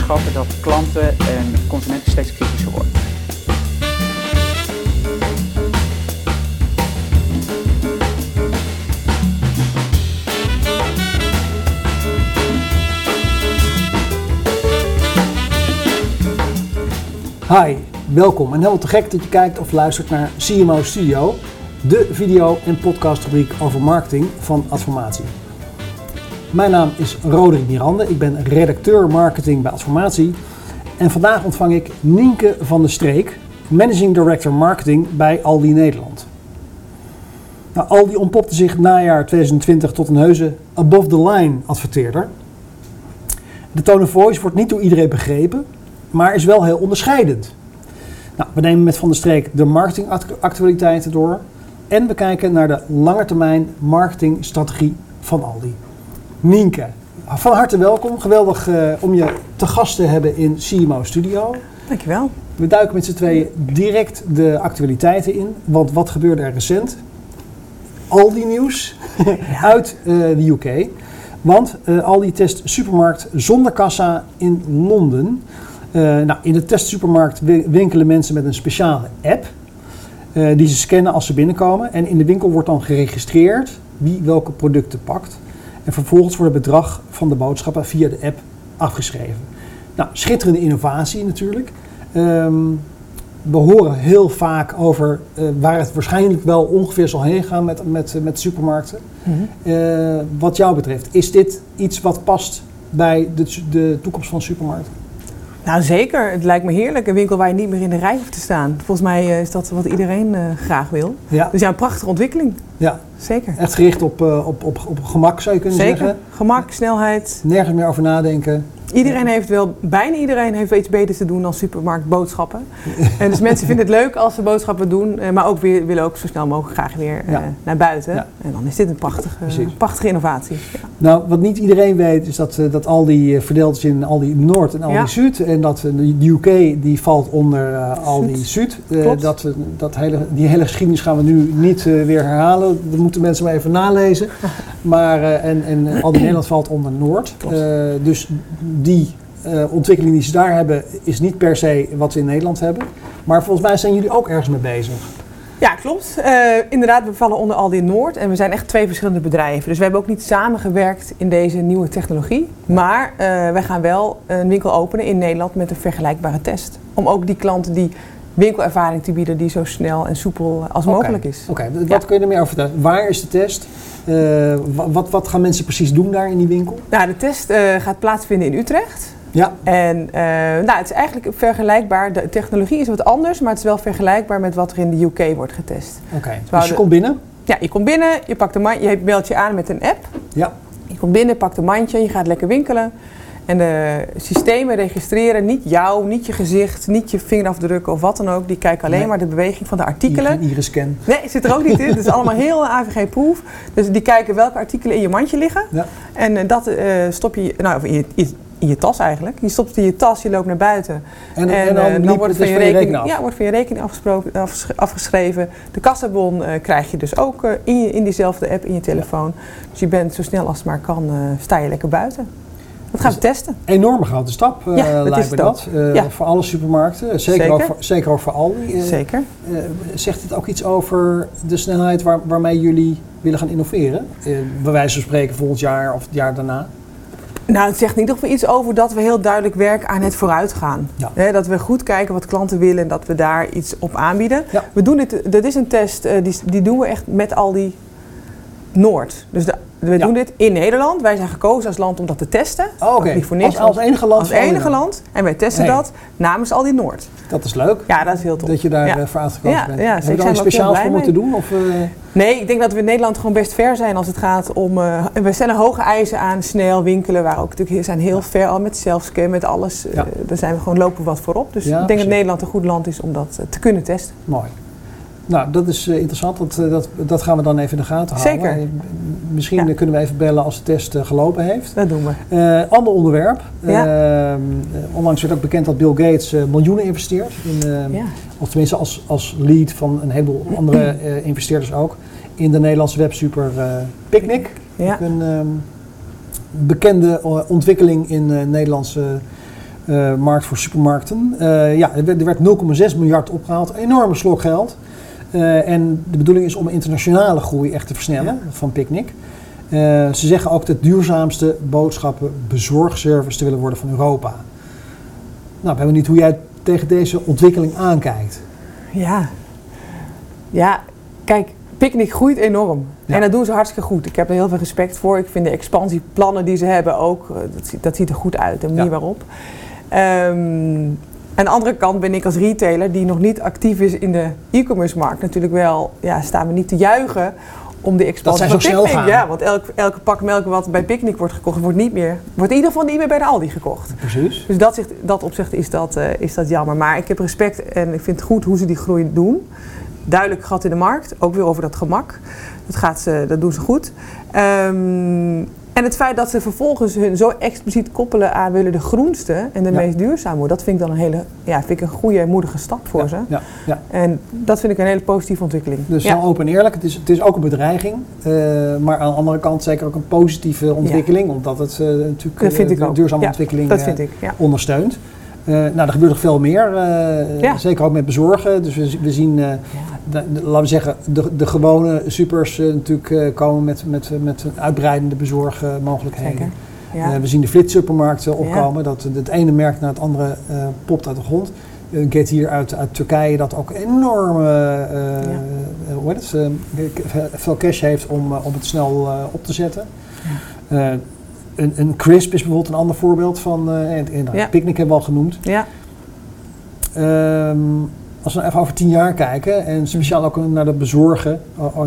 boodschappen dat klanten en consumenten steeds kritischer worden. Hi, welkom en helemaal te gek dat je kijkt of luistert naar CMO Studio, de video- en podcastrubriek over marketing van Adformatie. Mijn naam is Roderick Mirande, ik ben redacteur marketing bij Adformatie en vandaag ontvang ik Nienke van der Streek, Managing Director Marketing bij Aldi Nederland. Nou, Aldi ontpopte zich najaar 2020 tot een heuse above-the-line adverteerder. De tone of voice wordt niet door iedereen begrepen, maar is wel heel onderscheidend. Nou, we nemen met Van der Streek de marketingactualiteiten door en we kijken naar de langetermijn marketingstrategie van Aldi. Nienke, van harte welkom. Geweldig om je te gast te hebben in CMO Studio. Dankjewel. We duiken met z'n tweeën direct de actualiteiten in, want wat gebeurde er recent? Aldi nieuws uit de UK. Want Aldi test supermarkt zonder kassa in Londen. In de testsupermarkt winkelen mensen met een speciale app die ze scannen als ze binnenkomen. En in de winkel wordt dan geregistreerd wie welke producten pakt. En vervolgens wordt het bedrag van de boodschappen via de app afgeschreven. Nou, schitterende innovatie natuurlijk. We horen heel vaak over waar het waarschijnlijk wel ongeveer zal heen gaan met supermarkten. Mm-hmm. Wat jou betreft, is dit iets wat past bij de toekomst van supermarkten? Nou zeker, het lijkt me heerlijk. Een winkel waar je niet meer in de rij hoeft te staan. Volgens mij is dat wat iedereen graag wil. Ja. Dus ja, een prachtige ontwikkeling. Ja. Zeker. Echt gericht op gemak zou je kunnen zeggen. Zeker, gemak, snelheid. Nergens meer over nadenken. Bijna iedereen heeft wel iets beters te doen dan supermarktboodschappen. En dus mensen vinden het leuk als ze boodschappen doen, maar ook willen ook zo snel mogelijk graag weer naar buiten. Ja. En dan is dit een prachtige innovatie. Ja. Nou, wat niet iedereen weet is dat Aldi verdeeld is in Aldi Noord en Aldi Zuid. En dat de UK die valt onder Aldi Zuid. Die hele geschiedenis gaan we nu niet weer herhalen. Dat moeten mensen maar even nalezen. Maar en Aldi Nederland valt onder Noord. Dus die ontwikkeling die ze daar hebben is niet per se wat ze in Nederland hebben. Maar volgens mij zijn jullie ook ergens mee bezig. Ja, klopt. Inderdaad, we vallen onder Aldi Noord en we zijn echt twee verschillende bedrijven. Dus we hebben ook niet samengewerkt in deze nieuwe technologie. Maar wij gaan wel een winkel openen in Nederland met een vergelijkbare test. Om ook die klanten die winkelervaring te bieden die zo snel en soepel als mogelijk is. Oké. Wat kun je er meer over vertellen? Waar is de test? Wat gaan mensen precies doen daar in die winkel? Nou, de test gaat plaatsvinden in Utrecht. Ja. En het is eigenlijk vergelijkbaar. De technologie is wat anders, maar het is wel vergelijkbaar met wat er in de UK wordt getest. Oké. Dus je komt binnen? Ja, je komt binnen, je pakt je meldt je aan met een app. Ja. Je komt binnen, pakt een mandje, je gaat lekker winkelen. En de systemen registreren niet jou, niet je gezicht, niet je vingerafdrukken of wat dan ook. Die kijken alleen maar de beweging van de artikelen. Geen iris-scan. Nee, zit er ook niet in. Het is allemaal heel AVG-proof. Dus die kijken welke artikelen in je mandje liggen. Ja. En dat stop je in je tas eigenlijk. Je stopt het in je tas, je loopt naar buiten. En dan wordt het van je rekening af. Ja, wordt van je rekening afgeschreven. De kassabon krijg je dus ook in diezelfde app in je telefoon. Dus je bent zo snel als het maar kan, sta je lekker buiten. Dat gaan we testen. Een enorme grote stap, lijkt me dat. Voor alle supermarkten, zeker ook voor Aldi. Zeker. Zegt dit ook iets over de snelheid waarmee jullie willen gaan innoveren? Bij wijze van spreken volgend jaar of het jaar daarna? Nou, het zegt in ieder geval iets over dat we heel duidelijk werken aan het vooruitgaan. Ja. Dat we goed kijken wat klanten willen en dat we daar iets op aanbieden. Ja. We doen dit is een test, die doen we echt met Aldi Noord. Dus we doen dit in Nederland. Wij zijn gekozen als land om dat te testen. Niet voor niks. Als enige land? Als enige land. En wij testen dat namens Aldi Noord. Dat is leuk. Ja, dat is heel tof. Dat je daar voor uitgekozen bent. Ja, heb je daar iets speciaals voor moeten doen? Of, Nee, ik denk dat we in Nederland gewoon best ver zijn als het gaat om... we stellen hoge eisen aan snel winkelen. Waar ook natuurlijk zijn heel ver al met selfscan, met alles. Daar zijn we gewoon lopen wat voorop. Dus ik denk dat Nederland een goed land is om dat te kunnen testen. Mooi. Nou, dat is interessant. Dat gaan we dan even in de gaten houden. Zeker. Misschien kunnen we even bellen als de test gelopen heeft. Dat doen we. Ander onderwerp. Onlangs werd ook bekend dat Bill Gates miljoenen investeert. Of tenminste als lead van een heleboel andere investeerders ook. In de Nederlandse websuper Picnic. Een bekende ontwikkeling in Nederlandse markt voor supermarkten. Er werd 0,6 miljard opgehaald, een enorme slok geld. En de bedoeling is om internationale groei echt te versnellen van Picnic. Ze zeggen ook de duurzaamste boodschappenbezorgservice te willen worden van Europa. Nou, ik ben benieuwd hoe jij tegen deze ontwikkeling aankijkt. Ja, kijk, Picnic groeit enorm. Ja. En dat doen ze hartstikke goed. Ik heb er heel veel respect voor. Ik vind de expansieplannen die ze hebben ook, dat ziet er goed uit, de manier waarop. Aan de andere kant ben ik als retailer die nog niet actief is in de e-commerce markt natuurlijk wel, staan we niet te juichen om de expansie van Picnic. Ja, want elke pak melk wat bij Picnic wordt gekocht, wordt in ieder geval niet meer bij de Aldi gekocht. Precies. Dus dat opzicht is dat jammer. Maar ik heb respect en ik vind het goed hoe ze die groei doen. Duidelijk gat in de markt, ook weer over dat gemak. Dat doen ze goed. En het feit dat ze vervolgens hun zo expliciet koppelen aan willen de groenste en de meest duurzame worden, dat vind ik dan een goede, moedige stap voor ze. Ja. En dat vind ik een hele positieve ontwikkeling. Dus heel open en eerlijk, het is ook een bedreiging, maar aan de andere kant zeker ook een positieve ontwikkeling, omdat het natuurlijk de duurzame ontwikkeling ondersteunt. Er gebeurt nog veel meer, zeker ook met bezorgen. Dus we zien, laten we zeggen, de gewone supers natuurlijk komen met uitbreidende bezorgmogelijkheden. We zien de flitssupermarkten opkomen, dat het ene merk naar het andere popt uit de grond. Get hier uit Turkije dat ook enorme veel cash heeft om het snel op te zetten. Een Crisp is bijvoorbeeld een ander voorbeeld van, Picnic hebben we al genoemd. Ja. Als we even over 10 jaar kijken en speciaal ook naar de bezorgen,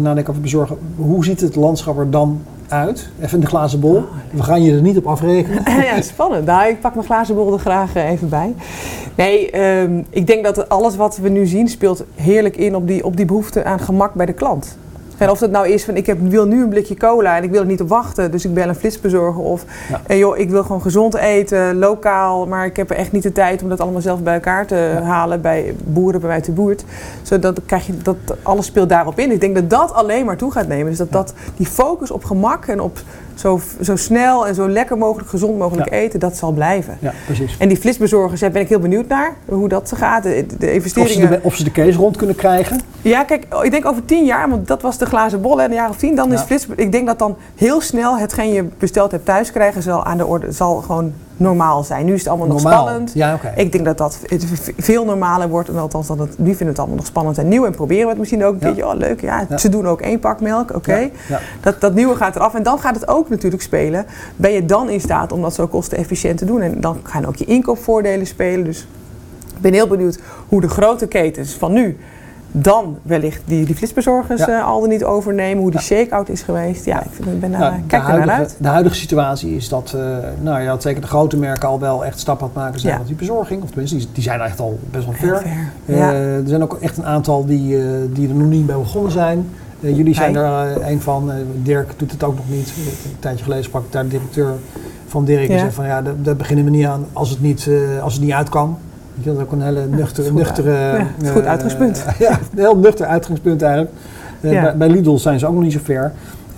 hoe ziet het landschap er dan uit? Even in de glazen bol. We gaan je er niet op afrekenen. Ja, spannend. Nou, ik pak mijn glazen bol er graag even bij. Nee, ik denk dat alles wat we nu zien speelt heerlijk in op die behoefte aan gemak bij de klant. En of dat nou is van ik wil nu een blikje cola en ik wil er niet op wachten, dus ik bel een flitsbezorger. Of ik wil gewoon gezond eten, lokaal, maar ik heb er echt niet de tijd om dat allemaal zelf bij elkaar te halen bij boeren bij mij te buurt. Zodat alles speelt daarop in. Ik denk dat dat alleen maar toe gaat nemen. Dus dat die focus op gemak en op zo snel en zo lekker mogelijk, gezond mogelijk eten, dat zal blijven. Ja, precies. En die flitsbezorgers, daar ben ik heel benieuwd naar, hoe dat gaat. De investeringen. Of ze de case rond kunnen krijgen? Ja, kijk, ik denk over 10 jaar, want dat was de glazen bol, in een jaar of 10, dan is ik denk dat dan heel snel hetgeen je besteld hebt thuis krijgen zal gewoon normaal zijn. Nu is het allemaal nog spannend. Ja, okay. Ik denk dat het veel normaler wordt. En althans, nu vinden we het allemaal nog spannend en nieuw. En proberen we het misschien ook een keertje. Leuk. Ja, ze doen ook 1 pak melk. Oké. Dat nieuwe gaat eraf. En dan gaat het ook natuurlijk spelen. Ben je dan in staat om dat zo kostenefficiënt te doen? En dan gaan ook je inkoopvoordelen spelen. Dus ik ben heel benieuwd hoe de grote ketens van nu dan wellicht die flitsbezorgers al dan niet overnemen, hoe die shake-out is geweest. Ja, ik ben daar kijk er naar uit. De huidige situatie is dat zeker de grote merken al wel echt stappen aan het maken zijn met die bezorging. Of tenminste, die zijn echt al best wel ver. Er zijn ook echt een aantal die er nog niet bij begonnen zijn. Jullie zijn er een van. Dirk doet het ook nog niet. Een tijdje geleden sprak ik daar de directeur van Dirk en zei van daar beginnen we niet aan als het niet uit kan. Dat is ook een hele nuchtere goed uitgangspunt. Een heel nuchter uitgangspunt eigenlijk. Bij Lidl zijn ze ook nog niet zo ver.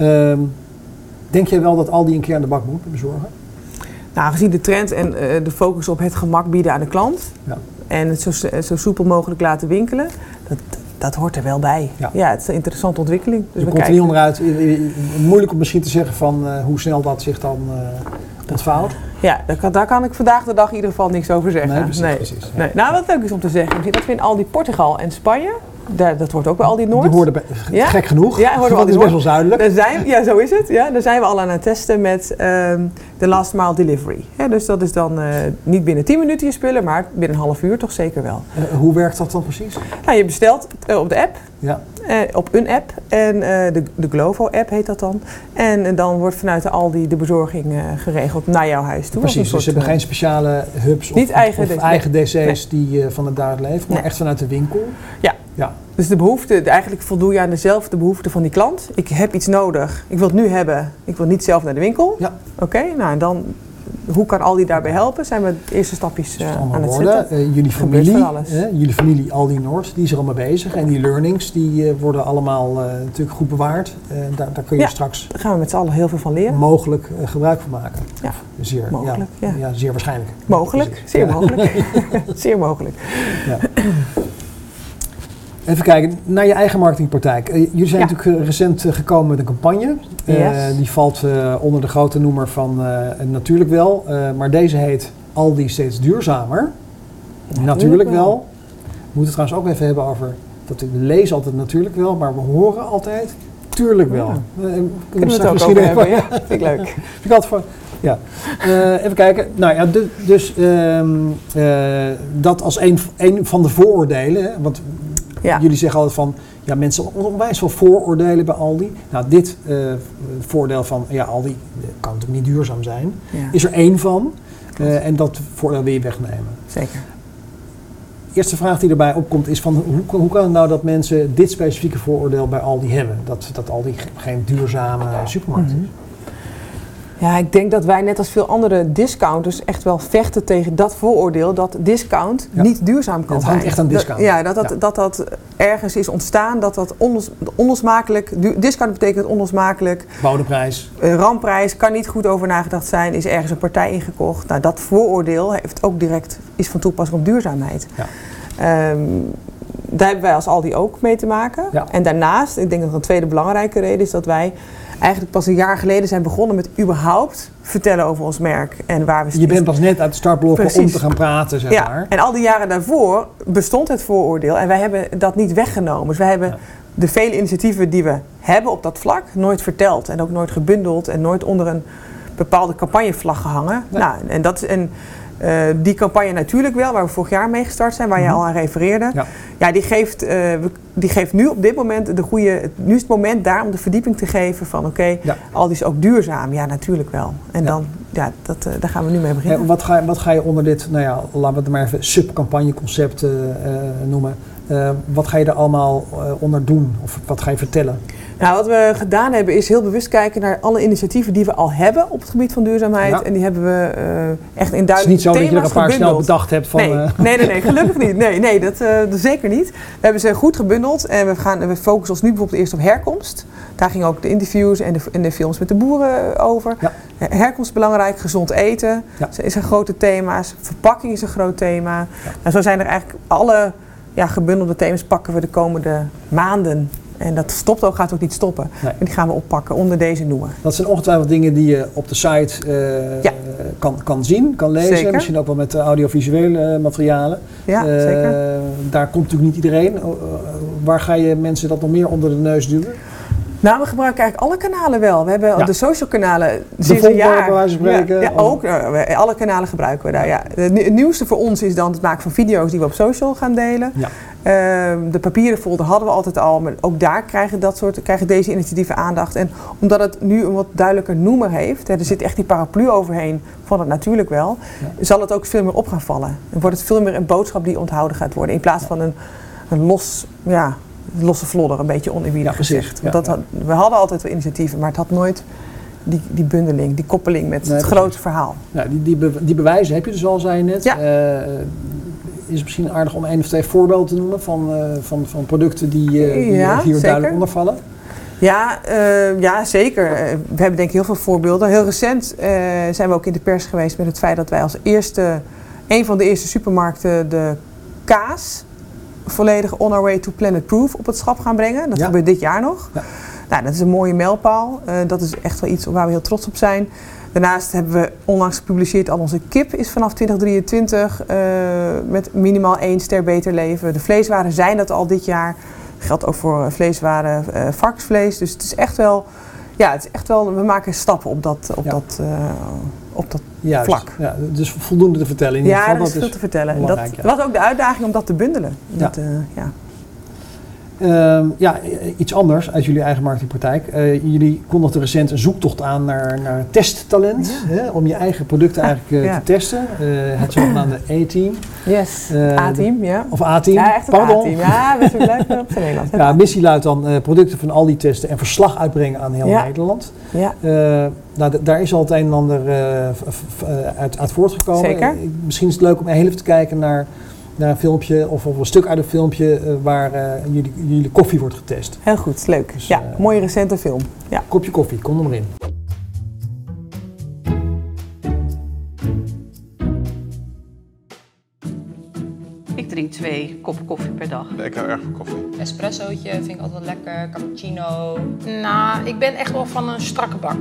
Denk jij wel dat Aldi een keer aan de bak moet bezorgen? Nou, gezien de trend en de focus op het gemak bieden aan de klant en het zo soepel mogelijk laten winkelen, dat hoort er wel bij. Ja, het is een interessante ontwikkeling. Dus je komt er niet onderuit. Moeilijk om misschien te zeggen van hoe snel dat zich dan ontvouwt. Ja, daar kan ik vandaag de dag in ieder geval niks over zeggen. Nee, precies. Nee. Nou, wat leuk is om te zeggen, dat we in Aldi Portugal en Spanje, dat wordt ook bij Aldi Noord. Die hoorden gek genoeg. Ja, hoorden dat is best wel zuidelijk. Zo is het. Ja, daar zijn we al aan het testen met de last mile delivery. Ja, dus dat is dan niet binnen 10 minuten je spullen, maar binnen een half uur toch zeker wel. Hoe werkt dat dan precies? Nou, je bestelt op de app. Ja. Op een app en de Glovo-app heet dat dan. En dan wordt vanuit de Aldi de bezorging geregeld naar jouw huis toe. Precies, dus ze hebben geen speciale hubs of eigen DC's die van het daar leven, maar echt vanuit de winkel. Ja. Dus de behoefte, eigenlijk voldoe je aan dezelfde behoefte van die klant. Ik heb iets nodig, ik wil het nu hebben, ik wil niet zelf naar de winkel. Ja. Oké, nou dan hoe kan Aldi daarbij helpen? Zijn we de eerste stapjes aan het zetten. Jullie familie Aldi Noord, die is er al mee bezig. En die learnings, die worden allemaal natuurlijk goed bewaard. Daar kun je straks... Daar gaan we met z'n allen heel veel van leren. Mogelijk gebruik van maken. Ja, zeer, mogelijk. Ja, zeer waarschijnlijk. Mogelijk, zeer mogelijk. Zeer mogelijk. Ja. Even kijken naar je eigen marketingpraktijk. Jullie zijn natuurlijk recent gekomen met een campagne. Yes. Die valt onder de grote noemer van Natuurlijk Wel. Maar deze heet Aldi steeds duurzamer. Natuurlijk wel. We moeten het trouwens ook even hebben over... dat we lezen altijd natuurlijk wel, maar we horen altijd tuurlijk wel. Kunnen we het ook over hebben? Ja, vind ik leuk. Vind ik altijd van... Ja. Even kijken. Nou ja, dus dat als een van de vooroordelen. Hè, want jullie zeggen altijd van... Ja, mensen hebben onwijs veel vooroordelen bij Aldi. Nou, dit voordeel van... Ja, Aldi kan natuurlijk niet duurzaam zijn. Ja. Is er één van. En dat voordeel wil je wegnemen. Zeker. De eerste vraag die erbij opkomt is van... Hoe kan het nou dat mensen dit specifieke vooroordeel bij Aldi hebben? Dat Aldi geen duurzame supermarkt is. Ja, ik denk dat wij net als veel andere discounters echt wel vechten tegen dat vooroordeel dat discount niet duurzaam kan zijn. Het hangt echt aan discount. Dat ergens is ontstaan, dat onlosmakelijk, discount betekent onlosmakelijk. Bodemprijs. Ramprijs, kan niet goed over nagedacht zijn, is ergens een partij ingekocht. Nou, dat vooroordeel heeft ook direct, is van toepassing op duurzaamheid. Ja. Daar hebben wij als Aldi ook mee te maken. Ja. En daarnaast, ik denk dat een tweede belangrijke reden is dat wij eigenlijk pas een jaar geleden zijn begonnen met überhaupt vertellen over ons merk. En waar we je bent pas net uit de startblokken om te gaan praten, zeg maar. En al die jaren daarvoor bestond het vooroordeel en wij hebben dat niet weggenomen. Dus wij hebben de vele initiatieven die we hebben op dat vlak nooit verteld en ook nooit gebundeld en nooit onder een bepaalde campagnevlag gehangen. Nee. Nou, en dat is die campagne natuurlijk wel, waar we vorig jaar mee gestart zijn, waar je al aan refereerde. Ja, die geeft nu op dit moment nu is het moment daar om de verdieping te geven van Aldi is ook duurzaam. Ja, natuurlijk wel. En dan, daar gaan we nu mee beginnen. Wat ga je onder dit, laten we het maar even subcampagneconcept noemen. Wat ga je er allemaal onder doen? Of wat ga je vertellen? Nou, wat we gedaan hebben is heel bewust kijken naar alle initiatieven die we al hebben op het gebied van duurzaamheid. Ja. En die hebben we echt in duidelijke thema's gebundeld. Het is niet zo dat je er een paar snel bedacht hebt van... Nee, gelukkig niet. Nee, dat zeker niet. We hebben ze goed gebundeld en we focussen ons nu bijvoorbeeld eerst op herkomst. Daar gingen ook de interviews en de films met de boeren over. Ja. Herkomst is belangrijk, gezond eten is een grote thema's. Verpakking is een groot thema. Ja. Nou, zo zijn er eigenlijk alle gebundelde thema's pakken we de komende maanden. En dat gaat ook niet stoppen. Nee. En die gaan we oppakken onder deze noemer. Dat zijn ongetwijfeld dingen die je op de site kan zien, kan lezen. Zeker. Misschien ook wel met audiovisuele materialen. Ja, zeker. Daar komt natuurlijk niet iedereen. Waar ga je mensen dat nog meer onder de neus duwen? Nou, we gebruiken eigenlijk alle kanalen wel. We hebben de social kanalen sinds een jaar. Bij wijze van spreken. Ja, ook. Alle kanalen gebruiken we daar. Ja. Het nieuwste voor ons is dan het maken van video's die we op social gaan delen. Ja. De papieren folder hadden we altijd al, maar ook daar krijgen deze initiatieven aandacht. En omdat het nu een wat duidelijker noemer heeft, er zit echt die paraplu overheen van het natuurlijk wel, zal het ook veel meer op gaan vallen. En wordt het veel meer een boodschap die onthouden gaat worden, in plaats van een losse vlodder, een beetje oneerbiedig gezegd. We hadden altijd wel initiatieven, maar het had nooit die bundeling, die koppeling met het grote verhaal. Nou, die bewijzen heb je dus al, zei je net. Ja. Is het misschien aardig om 1 of 2 voorbeelden te noemen van producten die hier duidelijk onder vallen? Ja, zeker. We hebben denk ik heel veel voorbeelden. Heel recent zijn we ook in de pers geweest met het feit dat wij als een van de eerste supermarkten de kaas volledig on our way to Planet Proof op het schap gaan brengen. Dat gebeurt dit jaar nog. Ja. Nou, dat is een mooie mijlpaal. Dat is echt wel iets waar we heel trots op zijn. Daarnaast hebben we onlangs gepubliceerd al onze kip is vanaf 2023 met minimaal 1 ster beter leven. De vleeswaren zijn dat al dit jaar. Dat geldt ook voor vleeswaren, varkensvlees. Dus het is echt wel, we maken stappen op dat vlak. Dus voldoende te vertellen in ieder geval. Ja, dat is veel te vertellen. Dat was ook de uitdaging om dat te bundelen. Iets anders uit jullie eigen marketingpraktijk. Jullie kondigden recent een zoektocht aan naar testtalent. Hè, om je eigen producten eigenlijk te testen. Het zogenaamde A-team. Yes, A-team, ja. Of A-team. Ja, echt het A-team. Ja, we blijven op zijn Nederlands. Ja, missie luidt dan producten van Aldi testen en verslag uitbrengen aan heel Nederland. Ja. Daar is al het een en ander uit voortgekomen. Zeker. Misschien is het leuk om heel even te kijken naar een filmpje of een stuk uit een filmpje waar jullie koffie wordt getest. Heel goed, leuk. Dus, mooie recente film. Ja. Kopje koffie, kom er maar in. Ik drink 2 koppen koffie per dag. Ik hou erg van koffie. Espressootje vind ik altijd lekker, cappuccino. Nou, ik ben echt wel van een strakke bak.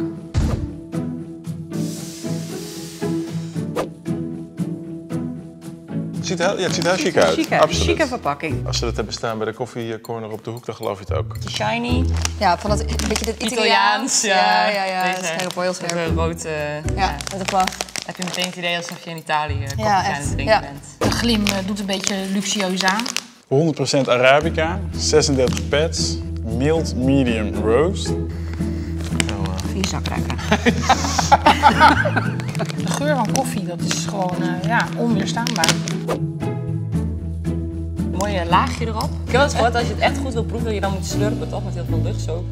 Het ziet heel chic uit. Absoluut. Chique verpakking. Als ze dat hebben staan bij de koffiecorner op de hoek, dan geloof je het ook. Shiny. Ja, van dat beetje dit Italiaans. Ja. Dat is heel scherp. Rood. Met een vlag. Heb je meteen het idee alsof je in Italië koffie aan het drinken bent. De glim doet een beetje luxueus aan. 100% Arabica, 36 pads, mild medium roast. 4 zakrekken. De geur van koffie, dat is gewoon onweerstaanbaar. Mooie laagje erop. Ik heb wel eens gehoord, als je het echt goed wil proeven, dat je dan moet slurpen, toch? Met heel veel lucht zo.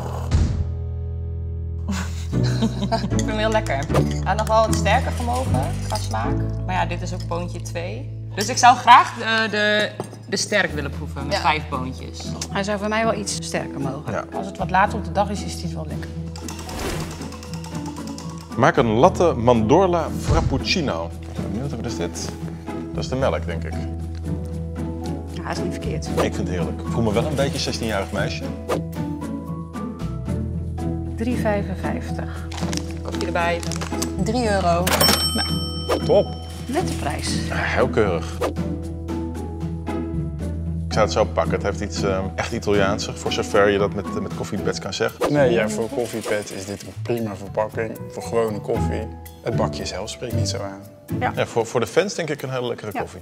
Ik vind hem heel lekker. Hij had nog wel wat sterker gemogen qua smaak. Maar ja, dit is ook poontje 2. Dus ik zou graag de sterk willen proeven met 5 poontjes. Hij zou voor mij wel iets sterker mogen. Ja. Als het wat later op de dag is, is dit wel lekker. Maak een latte mandorla frappuccino. Ik ben benieuwd, wat is dit? Dat is de melk, denk ik. Ja, dat is niet verkeerd. Ik vind het heerlijk. Ik voel me wel een beetje 16-jarig meisje. 3,55. Kopje erbij. €3. Top. Nette prijs. Heel keurig. Ik zou het zo pakken. Het heeft iets echt Italiaans, voor zover je dat met koffiepads kan zeggen. Nee, voor koffiepad is dit een prima verpakking. Voor gewone koffie. Het bakje zelf spreekt niet zo aan. Ja, voor de fans denk ik een hele lekkere koffie.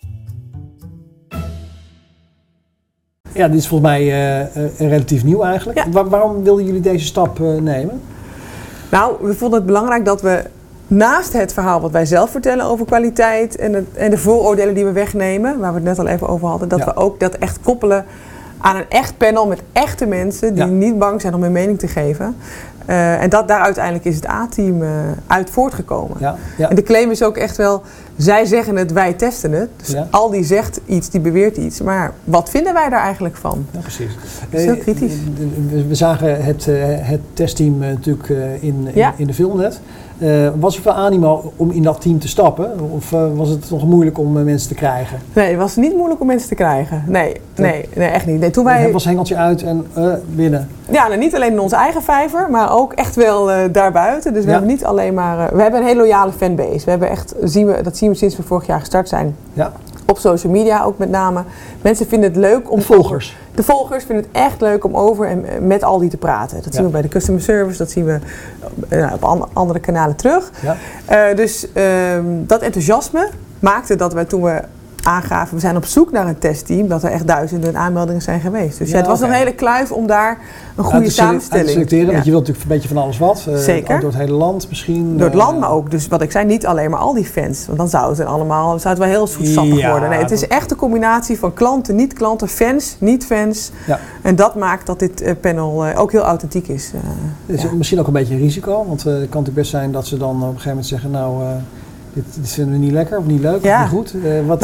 Ja, dit is volgens mij relatief nieuw eigenlijk. Ja. Waarom wilden jullie deze stap nemen? Nou, we vonden het belangrijk dat we naast het verhaal wat wij zelf vertellen over kwaliteit en de vooroordelen die we wegnemen, waar we het net al even over hadden, dat we ook dat echt koppelen aan een echt panel met echte mensen die niet bang zijn om hun mening te geven. En daar uiteindelijk is het A-team uit voortgekomen. Ja. En de claim is ook echt wel, zij zeggen het, wij testen het. Dus Aldi zegt iets, die beweert iets. Maar wat vinden wij daar eigenlijk van? Ja, precies. Dat is heel kritisch. We zagen het testteam natuurlijk in de film net. Was er veel animo om in dat team te stappen? Of was het nog moeilijk om mensen te krijgen? Nee, het was niet moeilijk om mensen te krijgen. Nee, echt niet. Nee, toen wij was hengeltje uit en binnen. Ja, nou, niet alleen in onze eigen vijver, maar ook echt wel daarbuiten. Dus we hebben niet alleen maar... we hebben een hele loyale fanbase. We hebben echt, dat zien we sinds we vorig jaar gestart zijn. Ja. Op social media ook met name. Mensen vinden het leuk om... De volgers vinden het echt leuk om over en met Aldi te praten. Dat zien we bij de customer service, dat zien we op andere kanalen terug. Ja. Dus dat enthousiasme maakte dat wij toen we aangaven, we zijn op zoek naar een testteam, dat er echt duizenden aanmeldingen zijn geweest. Dus het was een hele kluif om daar een goede samenstelling te selecteren. Want je wilt natuurlijk een beetje van alles wat. Zeker. Ook door het hele land misschien. Door het land, maar ook, dus wat ik zei, niet alleen maar al die fans. Want dan zou het wel heel zoetsappig worden. Nee, het is echt een combinatie van klanten, niet-klanten, fans, niet-fans. Ja. En dat maakt dat dit panel ook heel authentiek is. Het is misschien ook een beetje een risico. Want het kan natuurlijk best zijn dat ze dan op een gegeven moment zeggen, nou... Dit vinden we niet lekker of niet leuk of niet goed. Wat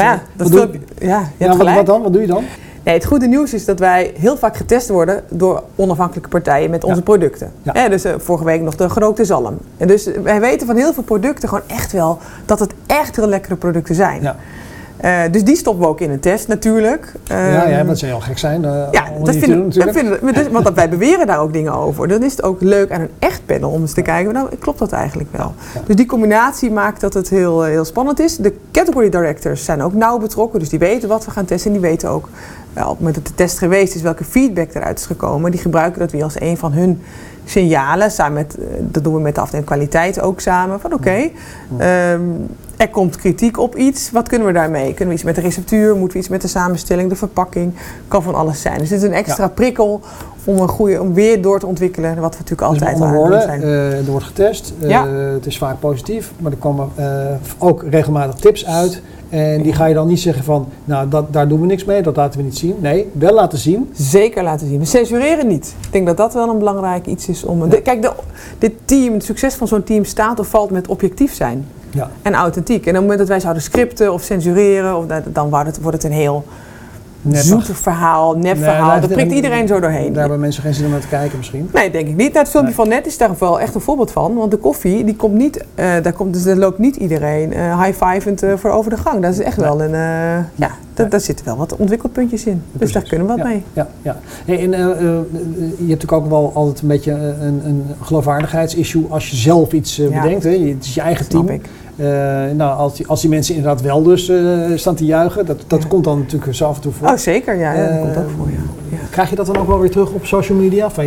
dan? Wat doe je dan? Nee, het goede nieuws is dat wij heel vaak getest worden door onafhankelijke partijen met onze producten. Ja. Dus vorige week nog de gerookte zalm. En dus wij weten van heel veel producten gewoon echt wel dat het echt heel lekkere producten zijn. Ja. Dus die stoppen we ook in een test natuurlijk. Maar dat zou heel gek zijn. Want wij beweren daar ook dingen over. Dan is het ook leuk aan een echt panel om eens te kijken, nou klopt dat eigenlijk wel. Ja. Dus die combinatie maakt dat het heel spannend is. De category directors zijn ook nauw betrokken, dus die weten wat we gaan testen en die weten ook op het moment dat de test geweest is, welke feedback eruit is gekomen. Die gebruiken dat weer als een van hun signalen. Dat doen we met de afdeling kwaliteit ook samen. Van er komt kritiek op iets. Wat kunnen we daarmee? Kunnen we iets met de receptuur? Moeten we iets met de samenstelling, de verpakking? Kan van alles zijn. Dus dit is een extra prikkel om weer door te ontwikkelen. Wat we natuurlijk altijd aan doen zijn. Er wordt getest. Het is vaak positief. Maar er komen ook regelmatig tips uit. En die ga je dan niet zeggen van, nou, daar doen we niks mee, dat laten we niet zien. Nee, wel laten zien. Zeker laten zien. We censureren niet. Ik denk dat dat wel een belangrijk iets is om... Kijk, dit team, het succes van zo'n team staat of valt met objectief zijn. Ja. En authentiek. En op het moment dat wij zouden scripten of censureren, dan wordt het een heel zoete verhaal, nepverhaal. Daar prikt iedereen zo doorheen. Daar hebben mensen geen zin om naar te kijken misschien. Nee, denk ik niet. Nou, het filmpje van net is daar wel echt een voorbeeld van. Want de koffie, die komt niet, daar loopt niet iedereen high-fivend voor over de gang. Dat is echt wel een, daar zitten wel wat ontwikkelpuntjes in. Dus daar kunnen we wat mee. Ja. Hey, en, je hebt natuurlijk ook wel altijd een beetje een geloofwaardigheidsissue als je zelf iets bedenkt. Hè? Het is je eigen team. Ik. Als die mensen inderdaad wel dus staan te juichen, dat komt dan natuurlijk zo af en toe voor. Oh zeker, dat komt ook voor, ja. Krijg je dat dan ook wel weer terug op social media? Van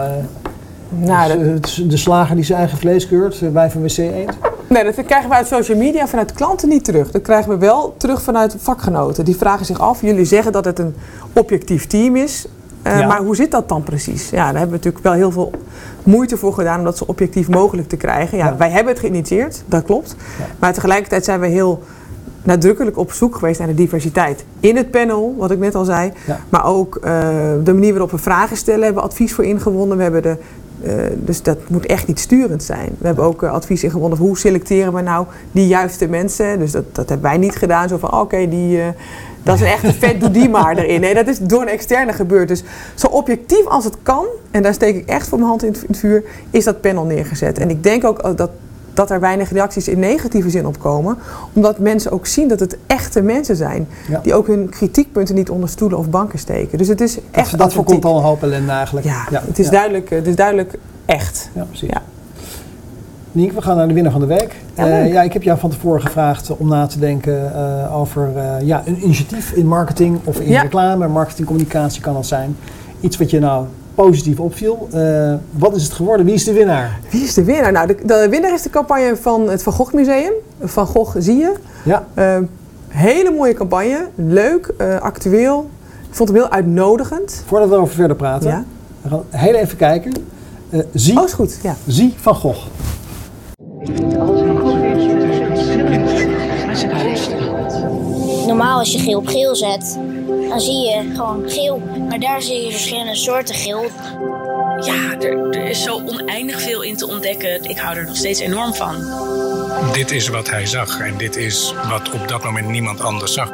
de slager die zijn eigen vlees keurt, wij van WC Eend? Nee, dat krijgen we uit social media vanuit klanten niet terug. Dat krijgen we wel terug vanuit vakgenoten. Die vragen zich af, jullie zeggen dat het een objectief team is. Maar hoe zit dat dan precies? Ja, daar hebben we natuurlijk wel heel veel moeite voor gedaan om dat zo objectief mogelijk te krijgen. Ja, wij hebben het geïnitieerd, dat klopt. Ja. Maar tegelijkertijd zijn we heel nadrukkelijk op zoek geweest naar de diversiteit. In het panel, wat ik net al zei. Ja. Maar ook de manier waarop we vragen stellen, hebben we advies voor ingewonnen. We hebben dus dat moet echt niet sturend zijn. We hebben ook advies ingewonnen hoe selecteren we nou die juiste mensen. Dus dat hebben wij niet gedaan. Zo van dat is een echte vet, doe die maar erin. Nee, dat is door een externe gebeurd. Dus zo objectief als het kan, en daar steek ik echt voor mijn hand in het vuur, is dat panel neergezet. En ik denk ook dat er weinig reacties in negatieve zin op komen. Omdat mensen ook zien dat het echte mensen zijn. Ja. Die ook hun kritiekpunten niet onder stoelen of banken steken. Dus het is echt dat voorkomt al een hoop ellende eigenlijk. Ja. Het is duidelijk echt. Ja, precies. Ja. Niek, we gaan naar de winnaar van de week. Ik heb jou van tevoren gevraagd om na te denken over een initiatief in marketing of in reclame. Marketingcommunicatie kan dat zijn. Iets wat je nou positief opviel. Wat is het geworden? Wie is de winnaar? Wie is de winnaar? Nou, de winnaar is de campagne van het Van Gogh Museum. Van Gogh zie je. Ja. Hele mooie campagne. Leuk, actueel. Ik vond hem heel uitnodigend. Voordat we erover verder praten. We gaan heel even kijken. Zie, is goed. Ja. Zie Van Gogh. Normaal als je geel op geel zet, dan zie je gewoon geel. Maar daar zie je verschillende soorten geel. Ja, er is zo oneindig veel in te ontdekken. Ik hou er nog steeds enorm van. Dit is wat hij zag en dit is wat op dat moment niemand anders zag.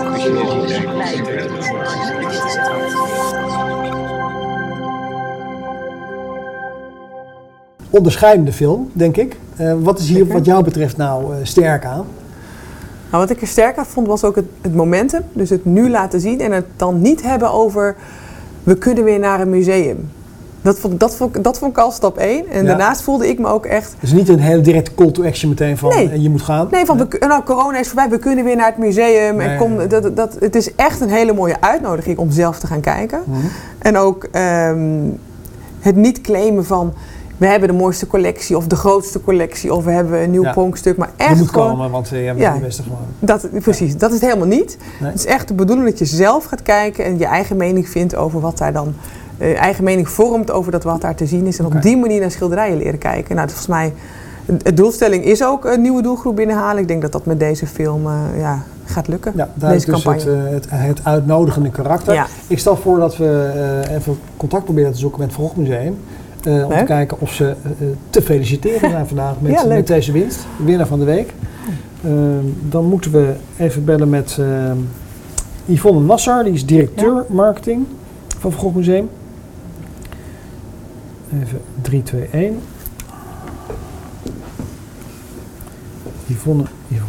Onderscheidende film, denk ik. Wat is hier wat jou betreft nou sterk aan? Nou, wat ik er sterk aan vond was ook het momentum. Dus het nu laten zien en het dan niet hebben over we kunnen weer naar een museum. Dat vond ik al stap 1. En daarnaast voelde ik me ook echt... Dus niet een hele directe call to action meteen van je moet gaan? Nee, corona is voorbij, we kunnen weer naar het museum. Nee. En het is echt een hele mooie uitnodiging om zelf te gaan kijken. Mm-hmm. En ook het niet claimen van... we hebben de mooiste collectie of de grootste collectie of we hebben een nieuw pronkstuk. Maar echt je moet komen, want je hebt de beste gewoon. Precies, dat is het helemaal niet. Nee. Het is echt de bedoeling dat je zelf gaat kijken en je eigen mening vindt over wat daar dan... eigen mening vormt over wat daar te zien is. En op die manier naar schilderijen leren kijken. Nou, volgens mij, de doelstelling is ook een nieuwe doelgroep binnenhalen. Ik denk dat dat met deze film gaat lukken. Ja, deze dus campagne. Het uitnodigende karakter. Ja. Ik stel voor dat we even contact proberen te zoeken met het Van Gogh Museum. Om te kijken of ze te feliciteren zijn vandaag met deze winst. Winnaar van de week. Dan moeten we even bellen met Yvonne Nassar. Die is directeur marketing van Van Gogh Museum. Even 3, 2, 1. Yvonne.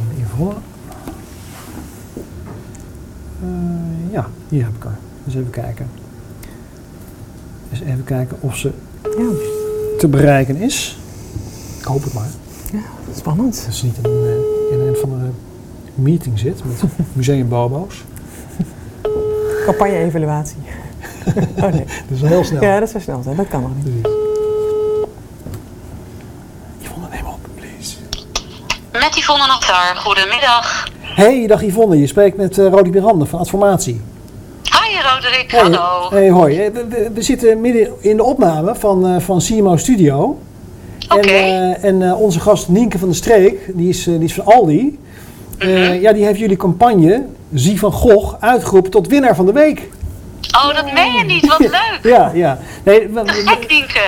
Hier heb ik haar. Eens even kijken. Eens even kijken of ze te bereiken is. Ik hoop het maar. Ja, spannend. Dat ze niet in een van de meeting zit met museumbobo's. Campagne-evaluatie. Oh nee. Dat is wel heel snel. Ja, dat is wel snel. Dat kan nog niet. Yvonne, neem op, please. Met Yvonne Nattar, goedemiddag. Hey, dag Yvonne. Je spreekt met Roderick Miranda van Adformatie. Hi Roderick, hallo. Hey, hoi. We zitten midden in de opname van CMO Studio. Oké. En onze gast Nienke van der Streek, die is van Aldi. Ja, die heeft jullie campagne Zie van Gogh uitgeroepen tot winnaar van de week. Oh, dat meen je niet, wat leuk. Ja. Nee, gek, Nienke.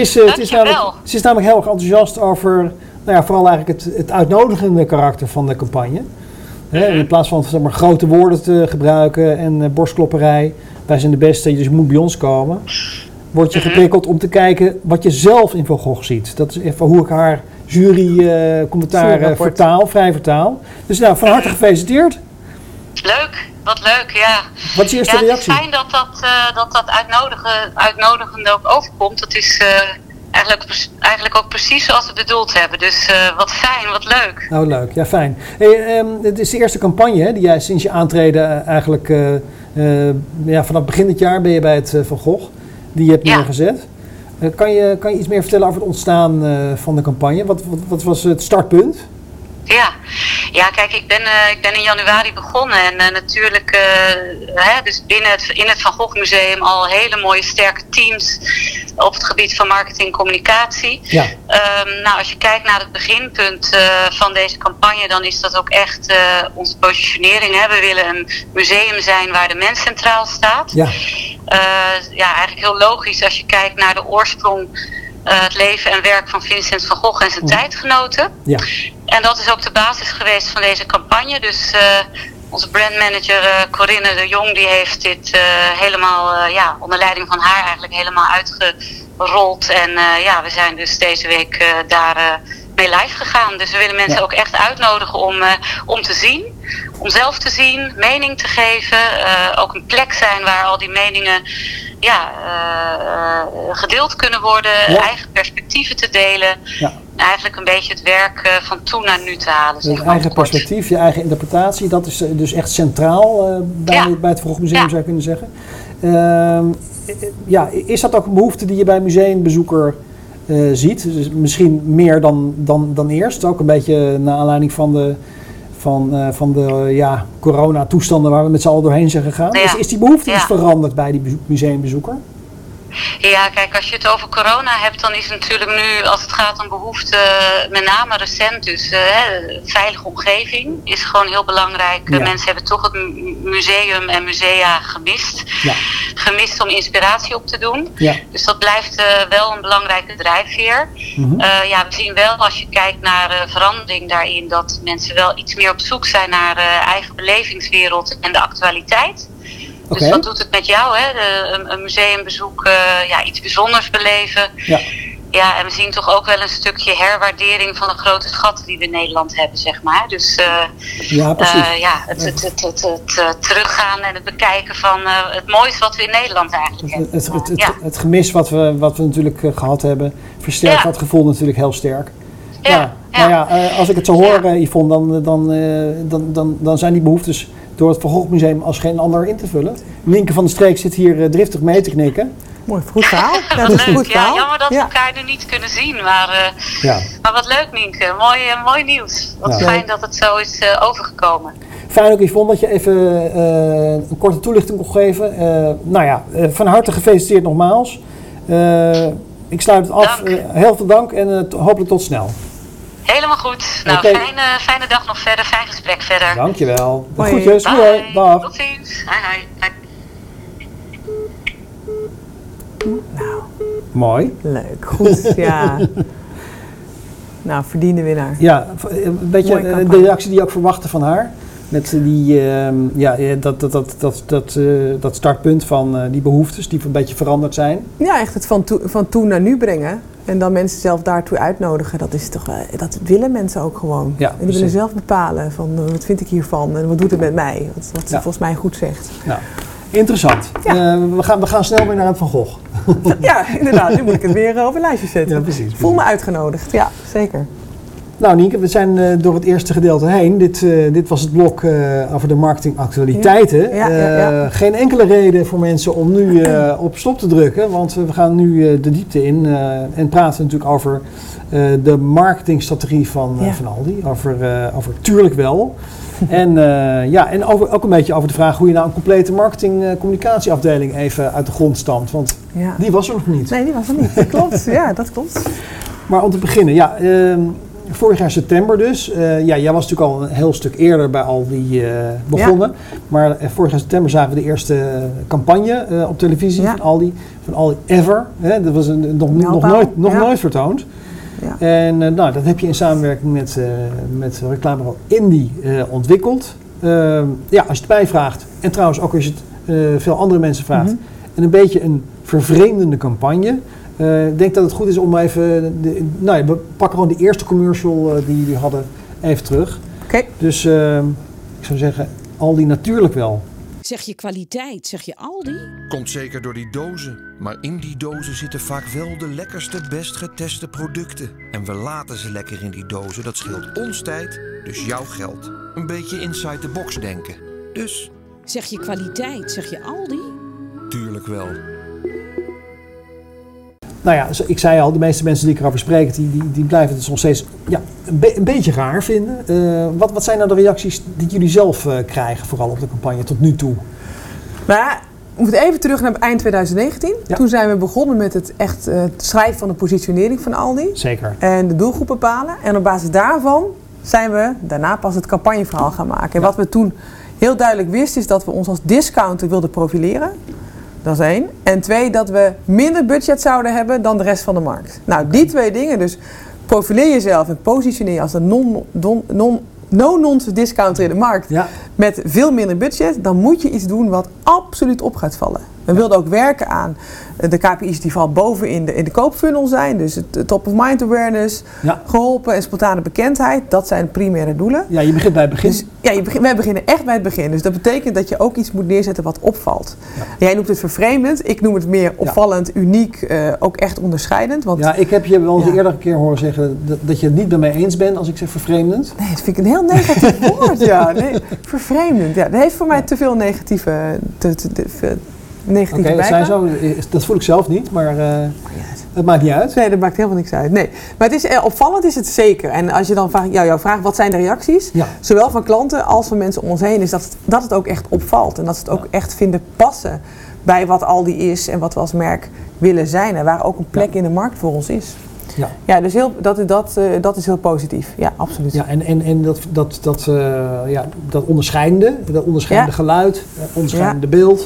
Ze is namelijk heel erg enthousiast over, vooral eigenlijk het uitnodigende karakter van de campagne. In plaats van zeg maar, grote woorden te gebruiken en borstklopperij. Wij zijn de beste, dus je moet bij ons komen. Word je geprikkeld om te kijken wat je zelf in Van Gogh ziet. Dat is even hoe ik haar jurycommentaar vrij vertaal. Dus nou, van harte gefeliciteerd. Leuk, wat leuk, ja. Wat is je eerste reactie? Het is fijn dat uitnodigende ook overkomt. Dat is eigenlijk ook precies zoals we bedoeld hebben. Dus wat fijn, wat leuk. Nou, leuk. Ja, fijn. Hey, het is de eerste campagne die jij sinds je aantreden eigenlijk... vanaf begin dit jaar ben je bij het Van Gogh. Die je hebt neergezet. Kan je iets meer vertellen over het ontstaan van de campagne? Wat was het startpunt? Ja, kijk, ik ben in januari begonnen en natuurlijk dus in het Van Gogh Museum al hele mooie sterke teams op het gebied van marketing en communicatie. Ja. Als je kijkt naar het beginpunt van deze campagne, dan is dat ook echt onze positionering. Hè. We willen een museum zijn waar de mens centraal staat. Ja, eigenlijk heel logisch als je kijkt naar de oorsprong, het leven en werk van Vincent van Gogh en zijn tijdgenoten. Ja. En dat is ook de basis geweest van deze campagne. Dus onze brandmanager Corinne de Jong die heeft dit helemaal onder leiding van haar eigenlijk helemaal uitgerold. En we zijn dus deze week daar mee live gegaan. Dus we willen mensen ook echt uitnodigen om te zien. Om zelf te zien, mening te geven. Ook een plek zijn waar al die meningen gedeeld kunnen worden. Eigen perspectieven te delen. Ja. Eigenlijk een beetje het werk van toen naar nu te halen. Je eigen perspectief, je eigen interpretatie. Dat is dus echt centraal bij het Van Gogh Museum zou je kunnen zeggen. Is dat ook een behoefte die je bij museumbezoeker ziet? Dus misschien meer dan eerst. Ook een beetje naar aanleiding van de coronatoestanden waar we met z'n allen doorheen zijn gegaan. Ja. Is die behoefte iets veranderd bij die museumbezoeker? Ja, kijk, als je het over corona hebt, dan is het natuurlijk nu, als het gaat om behoefte, met name recent dus, veilige omgeving is gewoon heel belangrijk. Ja. Mensen hebben toch het museum en musea gemist. Ja. Gemist om inspiratie op te doen. Ja. Dus dat blijft wel een belangrijke drijfveer. Mm-hmm. We zien wel, als je kijkt naar verandering daarin, dat mensen wel iets meer op zoek zijn naar eigen belevingswereld en de actualiteit. Dus wat doet het met jou, hè? Een museumbezoek, iets bijzonders beleven. Ja. Ja, en we zien toch ook wel een stukje herwaardering van de grote schatten die we in Nederland hebben, zeg maar. Dus het teruggaan en het bekijken van het mooiste wat we in Nederland eigenlijk hebben. Het gemis wat we natuurlijk gehad hebben, versterkt dat gevoel natuurlijk heel sterk. Als ik het zo hoor, Yvonne, dan zijn die behoeftes door het Van Gogh Museum als geen ander in te vullen. Nienke van der Streek zit hier driftig mee te knikken. Mooi, goed verhaal. Dat is leuk. Ja, jammer dat we elkaar nu niet kunnen zien. Maar wat leuk, Nienke. Mooi nieuws. Wat fijn dat het zo is overgekomen. Fijn ook, Yvonne, dat je even een korte toelichting kon geven. Van harte gefeliciteerd nogmaals. Ik sluit het af. Heel veel dank en hopelijk tot snel. Helemaal goed. Nou, fijne dag nog verder. Fijn gesprek verder. Dankjewel. Groetjes. Dag. Tot ziens. Hoi. Nou. Mooi. Leuk. Goed, ja. Nou, verdiende winnaar. Ja, een beetje de reactie die je ook verwachtte van haar. Met dat startpunt van die behoeftes die een beetje veranderd zijn. Ja, echt het van toen naar nu brengen. En dan mensen zelf daartoe uitnodigen. Dat is toch dat willen mensen ook gewoon. Ja, en die willen zelf bepalen van wat vind ik hiervan en wat doet het met mij. Wat ze volgens mij goed zegt. Ja. Interessant. Ja. We gaan snel weer naar het Van Gogh. Ja, inderdaad. Nu moet ik het weer op een lijstje zetten. Ja, precies. Voel me uitgenodigd. Ja, zeker. Nou Nienke, we zijn door het eerste gedeelte heen. Dit was het blok over de marketingactualiteiten. Ja. Geen enkele reden voor mensen om nu op stop te drukken. Want we gaan nu de diepte in en praten natuurlijk over de marketingstrategie van Aldi. Over tuurlijk wel. En ook een beetje over de vraag hoe je nou een complete marketing-communicatieafdeling even uit de grond stampt. Want die was er nog niet. Nee, die was er niet. Dat klopt. Ja, dat klopt. Maar om te beginnen, vorig jaar september dus. Jij was natuurlijk al een heel stuk eerder bij Aldi begonnen. Ja. Maar vorig jaar september zagen we de eerste campagne op televisie van Aldi Ever. Dat was nog nooit vertoond. Ja. En dat heb je in samenwerking met reclamebureau Indie ontwikkeld. Als je het mij vraagt, en trouwens ook als je het veel andere mensen vraagt, en een beetje een vervreemdende campagne. Ik denk dat het goed is om even, we pakken gewoon de eerste commercial die jullie hadden even terug. Okay. Dus ik zou zeggen, Aldi natuurlijk wel. Zeg je kwaliteit, zeg je Aldi? Komt zeker door die dozen. Maar in die dozen zitten vaak wel de lekkerste, best geteste producten. En we laten ze lekker in die dozen. Dat scheelt ons tijd, dus jouw geld. Een beetje inside the box denken. Dus... Zeg je kwaliteit, zeg je Aldi? Tuurlijk wel. Nou ja, ik zei al, de meeste mensen die ik erover spreek, die blijven het nog steeds een beetje raar vinden. Wat zijn nou de reacties die jullie zelf krijgen, vooral op de campagne tot nu toe? Nou ja, we moeten even terug naar eind 2019. Ja. Toen zijn we begonnen met het schrijven van de positionering van Aldi. Zeker. En de doelgroep bepalen. En op basis daarvan zijn we daarna pas het campagneverhaal gaan maken. En wat we toen heel duidelijk wisten is dat we ons als discounter wilden profileren. Dat is 1. En 2, dat we minder budget zouden hebben dan de rest van de markt. Nou, die 2 dingen, dus profileer jezelf en positioneer je als een no-nonsense discounter in de markt met veel minder budget, dan moet je iets doen wat absoluut op gaat vallen. We wilden ook werken aan de KPI's die vooral boven in de koopfunnel zijn. Dus het top-of-mind awareness, geholpen en spontane bekendheid. Dat zijn de primaire doelen. Ja, je begint bij het begin. Dus, wij beginnen echt bij het begin. Dus dat betekent dat je ook iets moet neerzetten wat opvalt. Ja. Jij noemt het vervreemdend. Ik noem het meer opvallend, uniek, ook echt onderscheidend. Want, ik heb je wel eens eerder een keer horen zeggen dat je het niet met mij eens bent als ik zeg vervreemdend. Nee, dat vind ik een heel negatief woord. Vervreemdend. Ja, dat heeft voor mij te veel negatieve... negatieve bijklank. Dat voel ik zelf niet, maar het maakt niet uit. Nee, dat maakt helemaal niks uit. Nee. Maar het is, opvallend is het zeker. En als je dan jou vraagt, wat zijn de reacties? Ja. Zowel van klanten als van mensen om ons heen, is dat het ook echt opvalt. En dat ze het ook echt vinden passen bij wat Aldi is en wat we als merk willen zijn. En waar ook een plek in de markt voor ons is. Ja, dus dat is heel positief. Ja, absoluut. Ja, en dat onderscheidende geluid, onderscheidende beeld,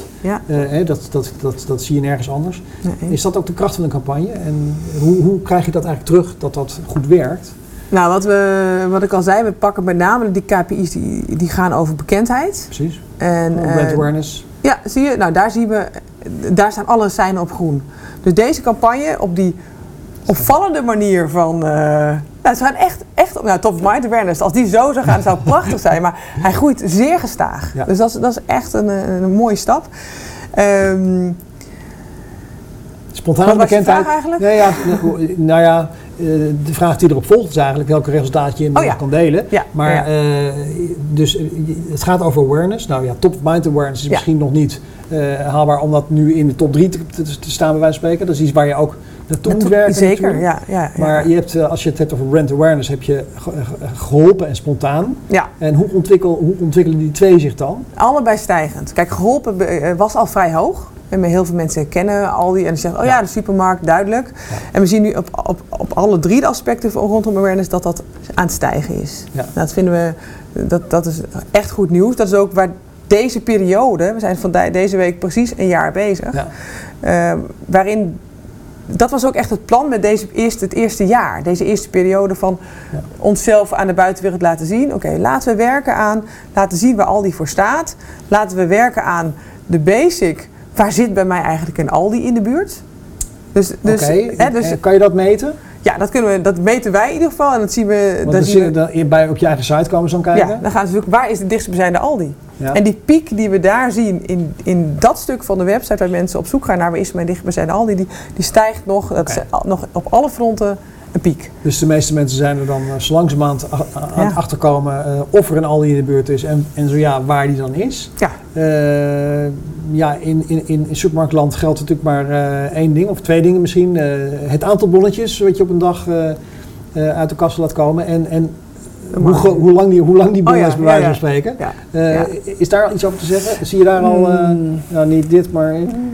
dat zie je nergens anders. Nee. Is dat ook de kracht van de campagne? En hoe krijg je dat eigenlijk terug, dat goed werkt? Nou, wat ik al zei, we pakken met name die KPI's die gaan over bekendheid. Precies. En brand awareness. Ja, zie je? Nou, daar staan alle seinen op groen. Dus deze campagne op die opvallende manier van... het zijn echt top of mind awareness. Als die zo zou gaan, zou het prachtig zijn. Maar hij groeit zeer gestaag. Ja. Dus dat is echt een mooie stap. Spontane bekendheid. Wat was je vraag eigenlijk? De vraag die erop volgt is eigenlijk welke resultaat je in kan delen. Ja. Maar dus het gaat over awareness. Nou ja, top of mind awareness is misschien nog niet haalbaar om dat nu in de top 3 te staan bij wijze van spreken. Dat is iets waar je ook naartoe moet werken. Zeker, ja. Maar je hebt, als je het hebt over brand awareness, heb je geholpen en spontaan. Ja. En hoe ontwikkelen die 2 zich dan? Allebei stijgend. Kijk, geholpen was al vrij hoog. En heel veel mensen kennen Aldi en die zeggen, de supermarkt, duidelijk. Ja. En we zien nu op alle 3 de aspecten rondom awareness dat aan het stijgen is. Ja. Nou, dat vinden we, dat is echt goed nieuws. Dat is ook waar deze periode, we zijn van deze week precies een jaar bezig, waarin... Dat was ook echt het plan met het eerste jaar. Deze eerste periode van onszelf aan de buitenwereld laten zien. Oké, laten we werken aan, laten zien waar Aldi voor staat. Laten we werken aan de basic. Waar zit bij mij eigenlijk een Aldi in de buurt? Dus kan je dat meten? Ja, dat meten wij in ieder geval. En dat zien we. Bij op je eigen site komen ze dan kijken? Ja, dan gaan ze zoeken waar is de dichtstbijzijnde Aldi. Ja. En die piek die we daar zien in dat stuk van de website waar mensen op zoek gaan naar waar is mijn dichtstbijzijnde Aldi, die stijgt nog, nog op alle fronten een piek. Dus de meeste mensen zijn er dan zo langzamerhand aan het achterkomen of er een Aldi in de buurt is en zo ja, waar die dan is. Ja. In supermarktland geldt natuurlijk maar 1 ding of 2 dingen misschien. Het aantal bonnetjes wat je op een dag uit de kast laat komen en hoe lang die bon is bij wijze van spreken. Ja. Is daar iets over te zeggen? Zie je daar al, niet dit, maar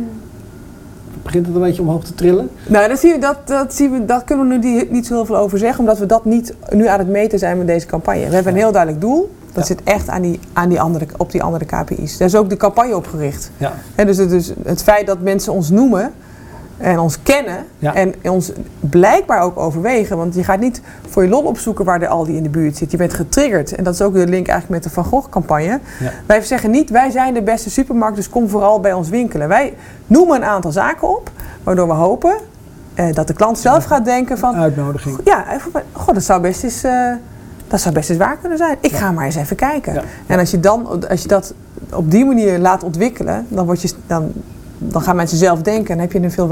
begint het een beetje omhoog te trillen? Nou, dat kunnen we nu niet zo heel veel over zeggen, omdat we dat niet nu aan het meten zijn met deze campagne. We hebben een heel duidelijk doel. Dat zit echt op die andere KPI's. Daar is ook de campagne op gericht. Ja. Dus het feit dat mensen ons noemen en ons kennen en ons blijkbaar ook overwegen. Want je gaat niet voor je lol opzoeken waar de Aldi in de buurt zit. Je bent getriggerd. En dat is ook de link eigenlijk met de Van Gogh campagne. Ja. Wij zeggen niet, wij zijn de beste supermarkt, dus kom vooral bij ons winkelen. Wij noemen een aantal zaken op, waardoor we hopen dat de klant zelf gaat denken van... Uitnodiging. Ja, dat zou best eens... Dat zou best eens waar kunnen zijn. Ik ga maar eens even kijken. Ja. En als je dat op die manier laat ontwikkelen, dan gaan mensen zelf denken en dan heb je een veel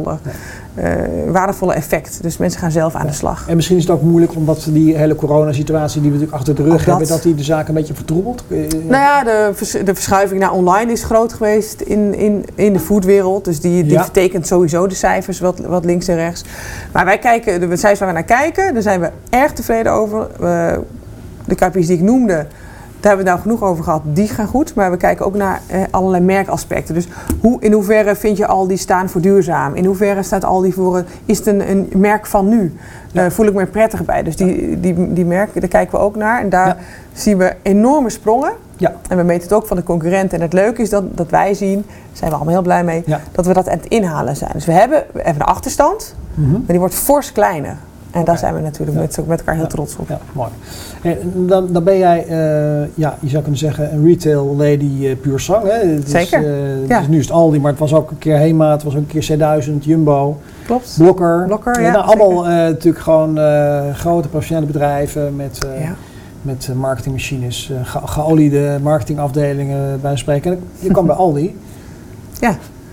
waardevolle effect. Dus mensen gaan zelf aan de slag. En misschien is het ook moeilijk omdat die hele coronasituatie die we natuurlijk achter de rug hebben, dat die de zaak een beetje vertroebelt? Nou ja, de verschuiving naar online is groot geweest in de foodwereld. Dus die vertekent sowieso de cijfers wat links en rechts. Maar wij kijken, de cijfers waar we naar kijken, daar zijn we erg tevreden over. De KPI's die ik noemde, daar hebben we het nou genoeg over gehad, die gaan goed. Maar we kijken ook naar allerlei merkaspecten. Dus in hoeverre vind je Aldi staan voor duurzaam? In hoeverre staat Aldi voor, is het een merk van nu? Voel ik me er prettig bij. Dus die merken, daar kijken we ook naar. En daar zien we enorme sprongen. Ja. En we meten het ook van de concurrenten. En het leuke is dat wij zien, daar zijn we allemaal heel blij mee, dat we dat aan het inhalen zijn. Dus we hebben een achterstand, maar die wordt fors kleiner. En daar zijn we natuurlijk met elkaar heel trots op. Ja, mooi. En dan ben jij, je zou kunnen zeggen, een retail lady puur sang. Hè? Zeker. Dus nu is het Aldi, maar het was ook een keer Hema, het was ook een keer C1000, Jumbo. Klopt. Blokker, allemaal natuurlijk gewoon grote professionele bedrijven met marketingmachines, geoliede marketingafdelingen bij spreken. En je kwam bij Aldi. Ja.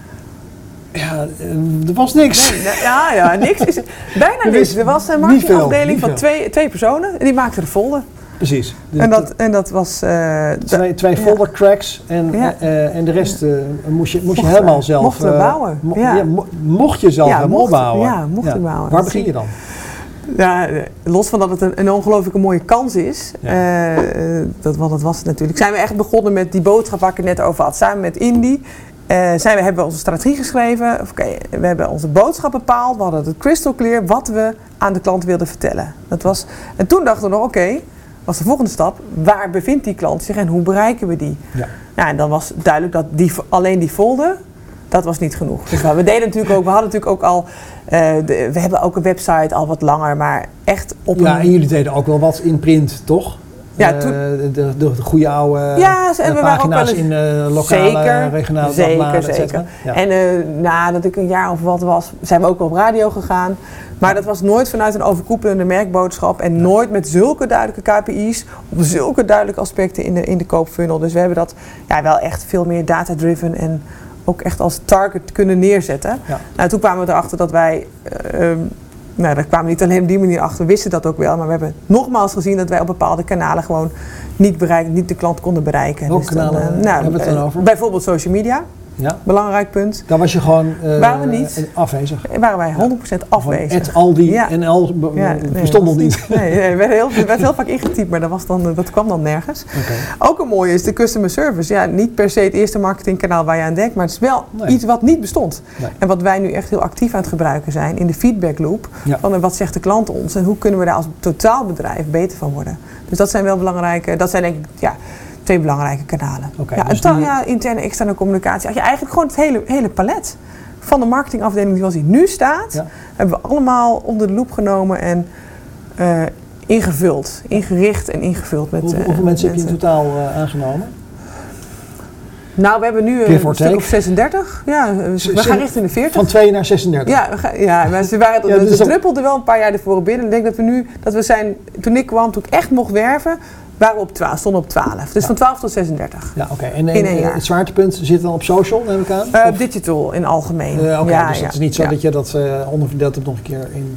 Ja, er was niks. Nee, niks. Bijna niks. Er was een marketingafdeling van twee personen en die maakten de folder. Precies. En dat was... twee folder tracks en de rest moest je helemaal zelf... Mochten we bouwen. Mocht je zelf helemaal opbouwen. Ja, mocht ik bouwen. Waar begin je dan? Ja, los van dat het een ongelooflijke mooie kans is, want dat was het natuurlijk, zijn we echt begonnen met die boodschap waar ik het net over had, samen met Indy. Hebben we onze strategie geschreven, we hebben onze boodschap bepaald, we hadden het crystal clear wat we aan de klant wilden vertellen. En toen dachten we nog, was de volgende stap, waar bevindt die klant zich en hoe bereiken we die? Ja, en dan was duidelijk dat alleen die folder, dat was niet genoeg. Dus we hadden natuurlijk ook al, we hebben ook een website al wat langer, maar echt op en jullie deden ook wel wat in print, toch? Ja, de goede oude en we pagina's in lokale, regionale dagbladen, et cetera. Ja. En nadat ik een jaar of wat was, zijn we ook op radio gegaan. Maar dat was nooit vanuit een overkoepelende merkboodschap en nooit met zulke duidelijke KPI's, op zulke duidelijke aspecten in de koopfunnel. Dus we hebben dat wel echt veel meer data-driven en ook echt als target kunnen neerzetten. Ja. Toen kwamen we erachter dat wij... daar kwamen we niet alleen op die manier achter, we wisten dat ook wel. Maar we hebben nogmaals gezien dat wij op bepaalde kanalen gewoon niet de klant konden bereiken. Welke kanalen hebben we het dan over? Bijvoorbeeld social media. Ja. Belangrijk punt. Daar was je gewoon waren we niet afwezig. Waren wij 100% afwezig. Het Aldi en Al bestond nog niet. Nee, het werd heel vaak ingetypt, maar dat kwam dan nergens. Okay. Ook een mooie is de customer service. Ja, niet per se het eerste marketingkanaal waar je aan denkt, maar het is wel iets wat niet bestond. Nee. En wat wij nu echt heel actief aan het gebruiken zijn in de feedback loop. Ja. Van wat zegt de klant ons en hoe kunnen we daar als totaalbedrijf beter van worden. Dus dat zijn wel belangrijke, dat zijn denk ik, 2 belangrijke kanalen. Okay, dus interne en externe communicatie. Als je eigenlijk gewoon het hele palet van de marketingafdeling zoals die nu staat, hebben we allemaal onder de loep genomen en ingericht en ingevuld. Hoeveel mensen heb je in totaal aangenomen? Nou, we hebben nu een stuk of 36. Ja, we gaan richting de 40. Van 2 naar 36? Maar ze druppelden wel een paar jaar ervoor binnen. Ik denk dat we zijn, toen ik kwam, toen ik echt mocht werven, stonden op 12. Dus van 12 tot 36. Ja, oké. En het zwaartepunt zit dan op social, neem ik aan? Digital in algemeen. Dus het is niet zo dat je dat onderverdeeld hebt nog een keer in...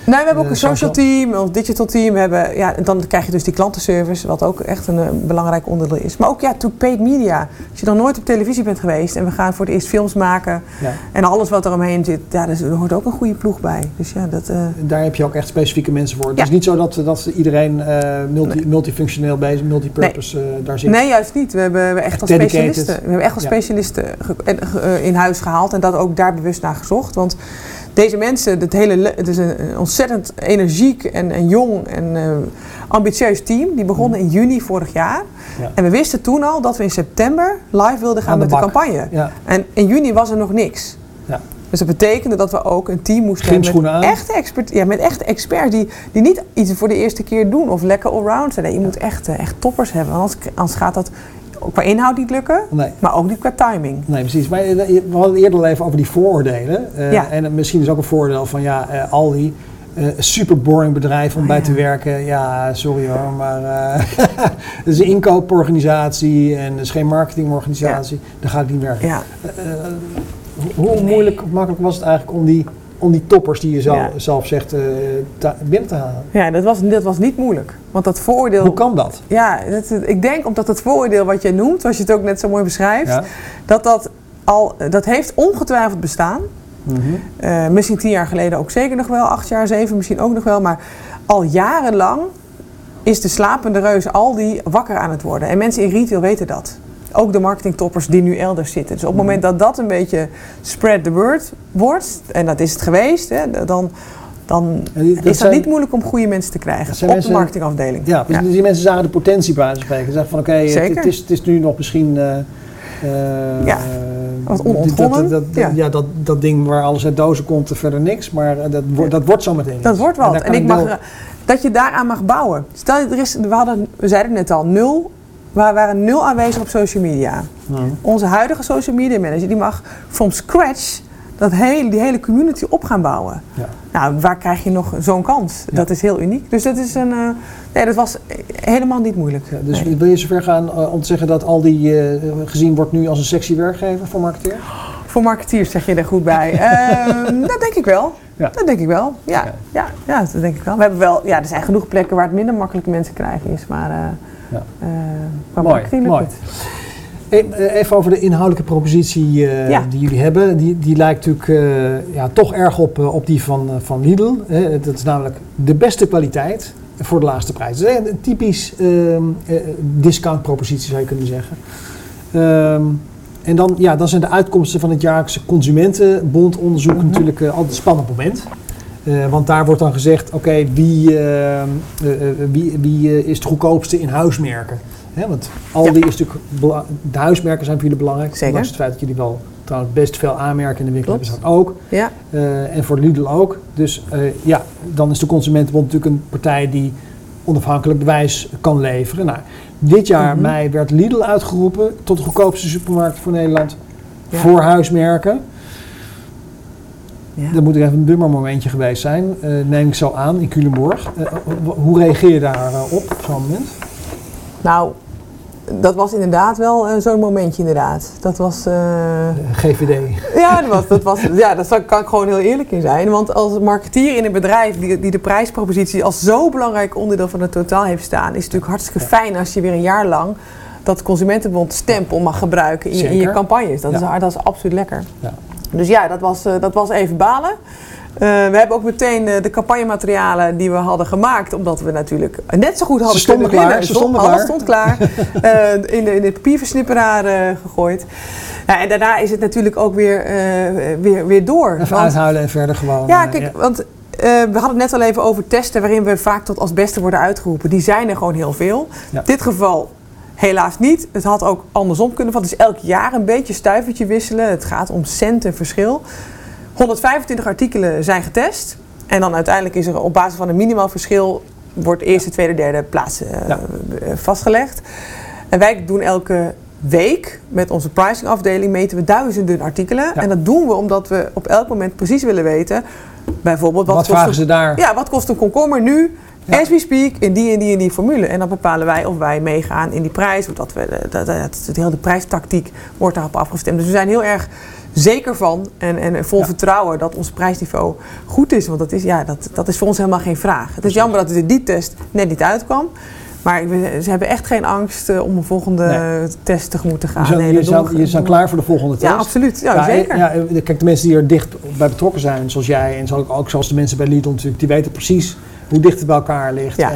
we hebben ook een social team, een digital team. Dan krijg je dus die klantenservice, wat ook echt een belangrijk onderdeel is. Maar ook paid media. Als je nog nooit op televisie bent geweest en we gaan voor het eerst films maken en alles wat er omheen zit, er hoort ook een goede ploeg bij. Dus daar heb je ook echt specifieke mensen voor. Het is niet zo dat iedereen multifunctioneel bezig, multipurpose daar zit. Nee, juist niet. We hebben echt al specialisten. We hebben echt al specialisten in huis gehaald en dat ook daar bewust naar gezocht. Want deze mensen, het is een ontzettend energiek en jong en ambitieus team. Die begonnen in juni vorig jaar. Ja. En we wisten toen al dat we in september live wilden gaan met de campagne. Ja. En in juni was er nog niks. Ja. Dus dat betekende dat we ook een team moesten hebben met echte experts die niet iets voor de eerste keer doen of lekker allround zijn. Nee, je moet echt toppers hebben, anders gaat dat qua inhoud niet lukken, maar ook niet qua timing. Nee, precies. Maar we hadden het eerder al even over die vooroordelen. En misschien is ook een voordeel van Aldi, super boring bedrijf om bij te werken. Ja, sorry hoor, maar het is een inkooporganisatie en het is geen marketingorganisatie. Daar gaat het niet werken. Ja. Hoe moeilijk of makkelijk was het eigenlijk om die toppers die je zelf zegt binnen te halen? Ja, dat was niet moeilijk. Want dat vooroordeel... Hoe kan dat? Ja, ik denk omdat het vooroordeel wat je noemt, zoals je het ook net zo mooi beschrijft, dat heeft ongetwijfeld bestaan. Mm-hmm. Misschien 10 jaar geleden ook zeker nog wel, 8 jaar, 7 misschien ook nog wel. Maar al jarenlang is de slapende reus Aldi wakker aan het worden. En mensen in retail weten dat. Ook de marketingtoppers die nu elders zitten. Dus op het moment dat een beetje spread the word wordt, en dat is het geweest, dan is het niet moeilijk om goede mensen te krijgen op de marketingafdeling. Ja, dus die mensen zagen de potentie bij wijze van spreken. Ze zeggen van oké, het is nu nog misschien... wat onontgonnen. Dat ding waar alles uit dozen komt en verder niks, maar dat wordt zo meteen. Dat wordt wat. En dat je daaraan mag bouwen. Stel, we zeiden het net al, we waren 0 aanwezig op social media. Onze huidige social media manager die mag from scratch die hele community op gaan bouwen. Ja. Nou, waar krijg je nog zo'n kans? Ja. Dat is heel uniek. Dus dat is dat was helemaal niet moeilijk. Ja, dus wil je zover gaan om te zeggen dat Aldi gezien wordt nu als een sexy werkgever voor marketeers? Voor marketeers zeg je er goed bij. Dat denk ik wel. Ja. Dat denk ik wel. Ja, dat denk ik wel. We hebben wel. Ja, er zijn genoeg plekken waar het minder makkelijk mensen krijgen is, maar qua marketing lukt het. Even over de inhoudelijke propositie die jullie hebben. Die lijkt natuurlijk toch erg op die van Lidl. Dat is namelijk de beste kwaliteit voor de laagste prijs. Dat is een typisch discountpropositie zou je kunnen zeggen. En dan zijn de uitkomsten van het jaarlijkse Consumentenbondonderzoek natuurlijk altijd een spannend moment. Want daar wordt dan gezegd, oké, wie is het goedkoopste in huismerken? Want Aldi is natuurlijk, de huismerken zijn voor jullie belangrijk. Zeker. Ondanks het feit dat jullie wel trouwens best veel aanmerken in de winkel hebben, dat ook. Ja. En voor Lidl ook. Dus dan is de Consumentenbond natuurlijk een partij die onafhankelijk bewijs kan leveren. Nou, dit jaar mei werd Lidl uitgeroepen tot de goedkoopste supermarkt voor Nederland voor huismerken. Ja. Dat moet even een bummermomentje geweest zijn, neem ik zo aan, in Culemborg. Hoe reageer je daarop op zo'n moment? Nou, dat was inderdaad wel zo'n momentje inderdaad. Dat was... GVD. Ja, daar kan ik gewoon heel eerlijk in zijn. Want als marketeer in een bedrijf die de prijspropositie als zo belangrijk onderdeel van het totaal heeft staan, is het natuurlijk hartstikke fijn als je weer een jaar lang dat Consumentenbond stempel mag gebruiken in je campagnes. Dat is absoluut lekker. Ja. Dus dat was even balen. We hebben ook meteen de campagnematerialen die we hadden gemaakt, omdat we natuurlijk net zo goed hadden kunnen winnen. Alles stond klaar. In de papierversnipperaar gegooid. Nou, en daarna is het natuurlijk ook weer door. Even uithuilen en verder gewoon. Ja, kijk, want we hadden het net al even over testen waarin we vaak tot als beste worden uitgeroepen. Die zijn er gewoon heel veel. Ja. In dit geval helaas niet. Het had ook andersom kunnen vallen. Dus elk jaar een beetje stuivertje wisselen. Het gaat om centen verschil. 125 artikelen zijn getest. En dan uiteindelijk is er op basis van een minimaal verschil wordt eerste, tweede, derde plaats vastgelegd. En wij doen elke week met onze pricingafdeling meten we duizenden artikelen. Ja. En dat doen we omdat we op elk moment precies willen weten. Bijvoorbeeld wat vragen ze daar? Ja, wat kost een komkommer nu? Ja. As we speak, in die en die en die formule. En dan bepalen wij of wij meegaan in die prijs. Of de hele prijstactiek wordt daarop afgestemd. Dus we zijn heel erg zeker van en vol vertrouwen dat ons prijsniveau goed is. Want dat is voor ons helemaal geen vraag. Het is jammer dat het in die test net niet uitkwam. Maar ze hebben echt geen angst om een volgende test tegemoet te gaan. Je zijn klaar voor de volgende test? Ja, absoluut. Ja, zeker. Kijk, de mensen die er dicht bij betrokken zijn, zoals jij en ook zoals de mensen bij Lidl natuurlijk, die weten precies hoe dicht het bij elkaar ligt. Ja.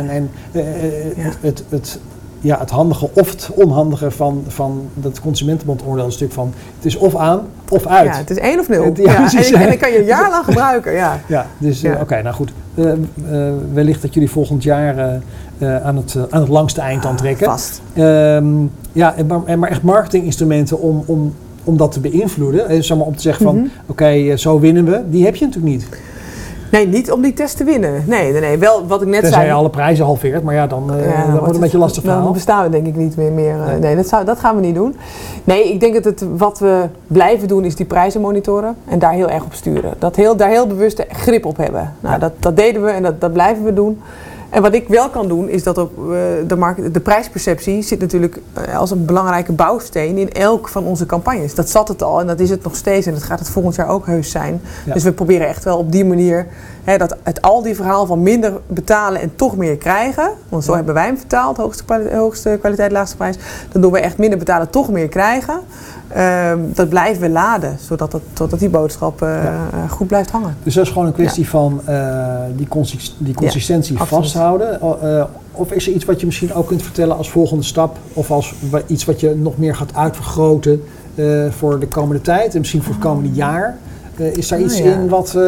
Het handige of het onhandige van dat Consumentenbond-oordeel is natuurlijk van het is of aan of uit. Ja, het is 1 of 0. En dat kan je een jaar lang gebruiken. Oké, nou goed. Wellicht dat jullie volgend jaar aan het langste eind aantrekken. Vast. Maar echt marketinginstrumenten om dat te beïnvloeden. Zeg maar om te zeggen van oké, zo winnen we. Die heb je natuurlijk niet. Nee, niet om die test te winnen. Nee. Wel wat ik net zei. Tenzij je alle prijzen halveert, maar dan wordt het een beetje lastig verhaal. Dan bestaan we denk ik niet meer. Nee, dat gaan we niet doen. Nee, ik denk dat wat we blijven doen is die prijzen monitoren en daar heel erg op sturen. Daar heel bewust grip op hebben. Nou, dat deden we en dat blijven we doen. En wat ik wel kan doen, is dat op de prijsperceptie zit natuurlijk als een belangrijke bouwsteen in elk van onze campagnes. Dat zat het al en dat is het nog steeds en dat gaat het volgend jaar ook heus zijn. Ja. Dus we proberen echt wel op die manier dat het Aldi-verhaal van minder betalen en toch meer krijgen. Want zo hebben wij hem vertaald, hoogste kwaliteit, laagste prijs. Dan doen we echt minder betalen, toch meer krijgen. Dat blijven we laden, zodat die boodschap goed blijft hangen. Dus dat is gewoon een kwestie van die consistentie vasthouden. Of is er iets wat je misschien ook kunt vertellen als volgende stap? Of als iets wat je nog meer gaat uitvergroten voor de komende tijd en misschien voor het komende jaar? Is daar iets in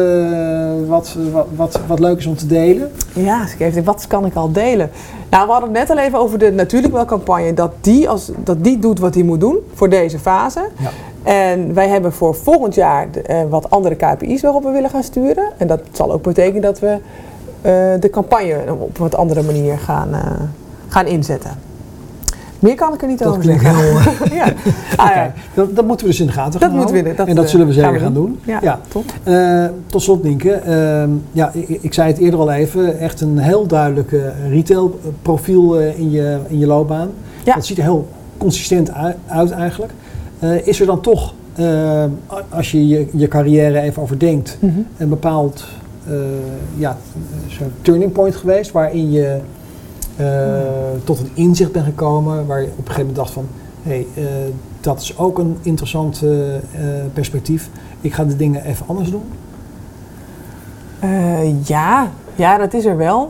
wat leuk is om te delen? Ja, wat kan ik al delen? Nou, we hadden het net al even over de Natuurlijk Wel campagne. Dat die doet wat hij moet doen voor deze fase. Ja. En wij hebben voor volgend jaar wat andere KPI's waarop we willen gaan sturen. En dat zal ook betekenen dat we de campagne op een wat andere manier gaan inzetten. Meer kan ik er niet over zeggen. Dat moeten we dus in de gaten gaan houden. En dat zullen we zeker gaan doen. Ja. Top. Tot slot, Nienke. Ik zei het eerder al even. Echt een heel duidelijk retailprofiel in je loopbaan. Ja. Dat ziet er heel consistent uit eigenlijk. Is er dan toch, als je je carrière even overdenkt, een bepaald zo'n turning point geweest waarin je tot een inzicht bent gekomen, waar je op een gegeven moment dacht van, dat is ook een interessant perspectief. Ik ga de dingen even anders doen? Ja, dat is er wel.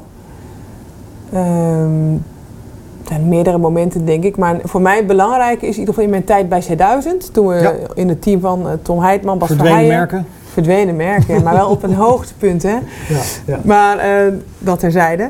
Er zijn meerdere momenten, denk ik. Maar voor mij belangrijk is in ieder geval in mijn tijd bij C1000. Toen we in het team van Tom Heitman, Bas Verheijen. Verdwenen merken, maar wel op een hoogtepunt. Hè? Ja. Maar dat terzijde.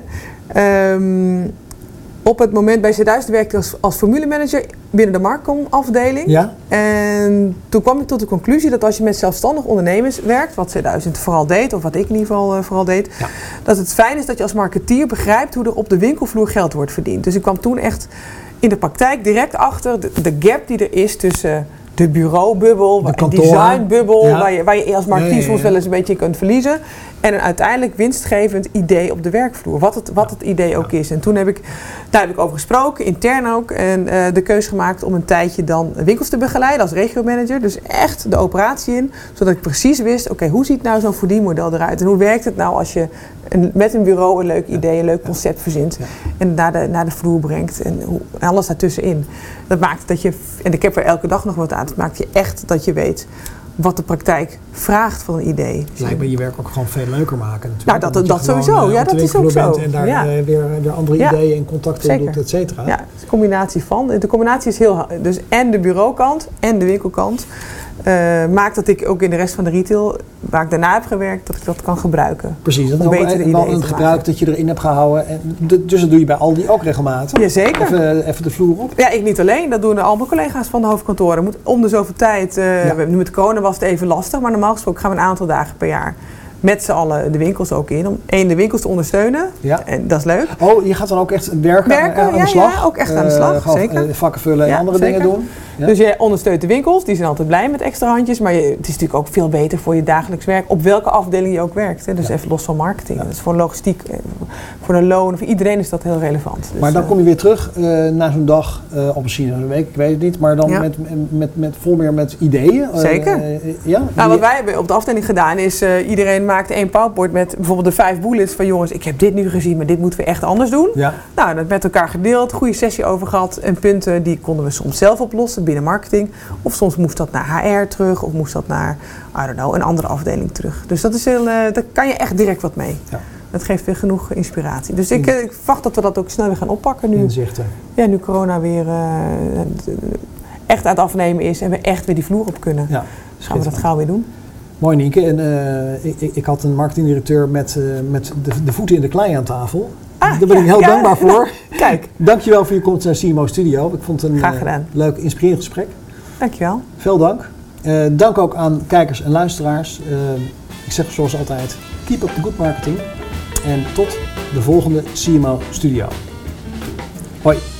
Op het moment bij C1000 werkte ik als formulemanager binnen de marktcom-afdeling. Ja. En toen kwam ik tot de conclusie dat als je met zelfstandig ondernemers werkt, wat C1000 vooral deed, of wat ik in ieder geval vooral deed, dat het fijn is dat je als marketeer begrijpt hoe er op de winkelvloer geld wordt verdiend. Dus ik kwam toen echt in de praktijk direct achter de gap die er is tussen de bureaububbel, de designbubbel, waar je als marketeer soms wel eens een beetje kunt verliezen. En een uiteindelijk winstgevend idee op de werkvloer. Wat het idee ook is. En toen heb ik over gesproken, intern ook. En de keuze gemaakt om een tijdje dan winkels te begeleiden als regiomanager. Dus echt de operatie in. Zodat ik precies wist, hoe ziet nou zo'n verdienmodel eruit? En hoe werkt het nou als je met een bureau een leuk idee, een leuk concept verzint. En naar de vloer brengt. En alles daartussenin. Dat maakt dat je, en ik heb er elke dag nog wat aan. Het maakt je echt dat je weet wat de praktijk vraagt van een idee. Het lijkt me je werk ook gewoon veel leuker maken natuurlijk. Nou, dat sowieso. Ja, dat is ook zo. En daar weer andere ideeën en contacten in doet, et cetera. Ja, de combinatie van. De combinatie is heel... Dus en de bureaukant en de winkelkant maakt dat ik ook in de rest van de retail, waar ik daarna heb gewerkt, dat ik dat kan gebruiken. Precies, dat is wel een gebruik dat je erin hebt gehouden. En dus dat doe je bij Aldi ook regelmatig? Jazeker. Even de vloer op? Ja, ik niet alleen. Dat doen al mijn collega's van de hoofdkantoren. Om de zoveel tijd, nu met corona was het even lastig, maar normaal gesproken gaan we een aantal dagen per jaar met z'n allen de winkels ook in. Om de winkels te ondersteunen. Ja. En dat is leuk. Oh, je gaat dan ook echt werken aan de slag? Ja, ook echt aan de slag. Zeker. Vakken vullen en andere dingen doen? Ja. Dus je ondersteunt de winkels, die zijn altijd blij met extra handjes. Maar het is natuurlijk ook veel beter voor je dagelijks werk, op welke afdeling je ook werkt. Hè. Dus even los van marketing. Dat is voor logistiek, voor de loon, voor iedereen is dat heel relevant. Dus, maar dan kom je weer terug na zo'n dag, of misschien een week, ik weet het niet. Maar dan vol meer met ideeën. Zeker. Nou, wat wij hebben op de afdeling gedaan is, iedereen maakte 1 PowerPoint met bijvoorbeeld de 5 bullets van jongens, ik heb dit nu gezien, maar dit moeten we echt anders doen. Ja. Nou, dat met elkaar gedeeld, goede sessie over gehad en punten die konden we soms zelf oplossen binnen marketing. Of soms moest dat naar HR terug of moest dat naar, een andere afdeling terug. Dus dat is daar kan je echt direct wat mee. Ja. Dat geeft weer genoeg inspiratie. Dus ik verwacht dat we dat ook snel weer gaan oppakken nu. Inzichten. Ja, nu corona weer echt aan het afnemen is en we echt weer die vloer op kunnen. Ja, dus gaan we dat gauw weer doen. Mooi, Nienke. En ik had een marketingdirecteur met de voeten in de klei aan tafel. Daar ben ik heel dankbaar voor. Kijk. Dankjewel voor je komst naar CMO Studio. Ik vond het een leuk, inspirerend gesprek. Dankjewel. Veel dank. Dank ook aan kijkers en luisteraars. Ik zeg zoals altijd, keep up the good marketing. En tot de volgende CMO Studio. Hoi.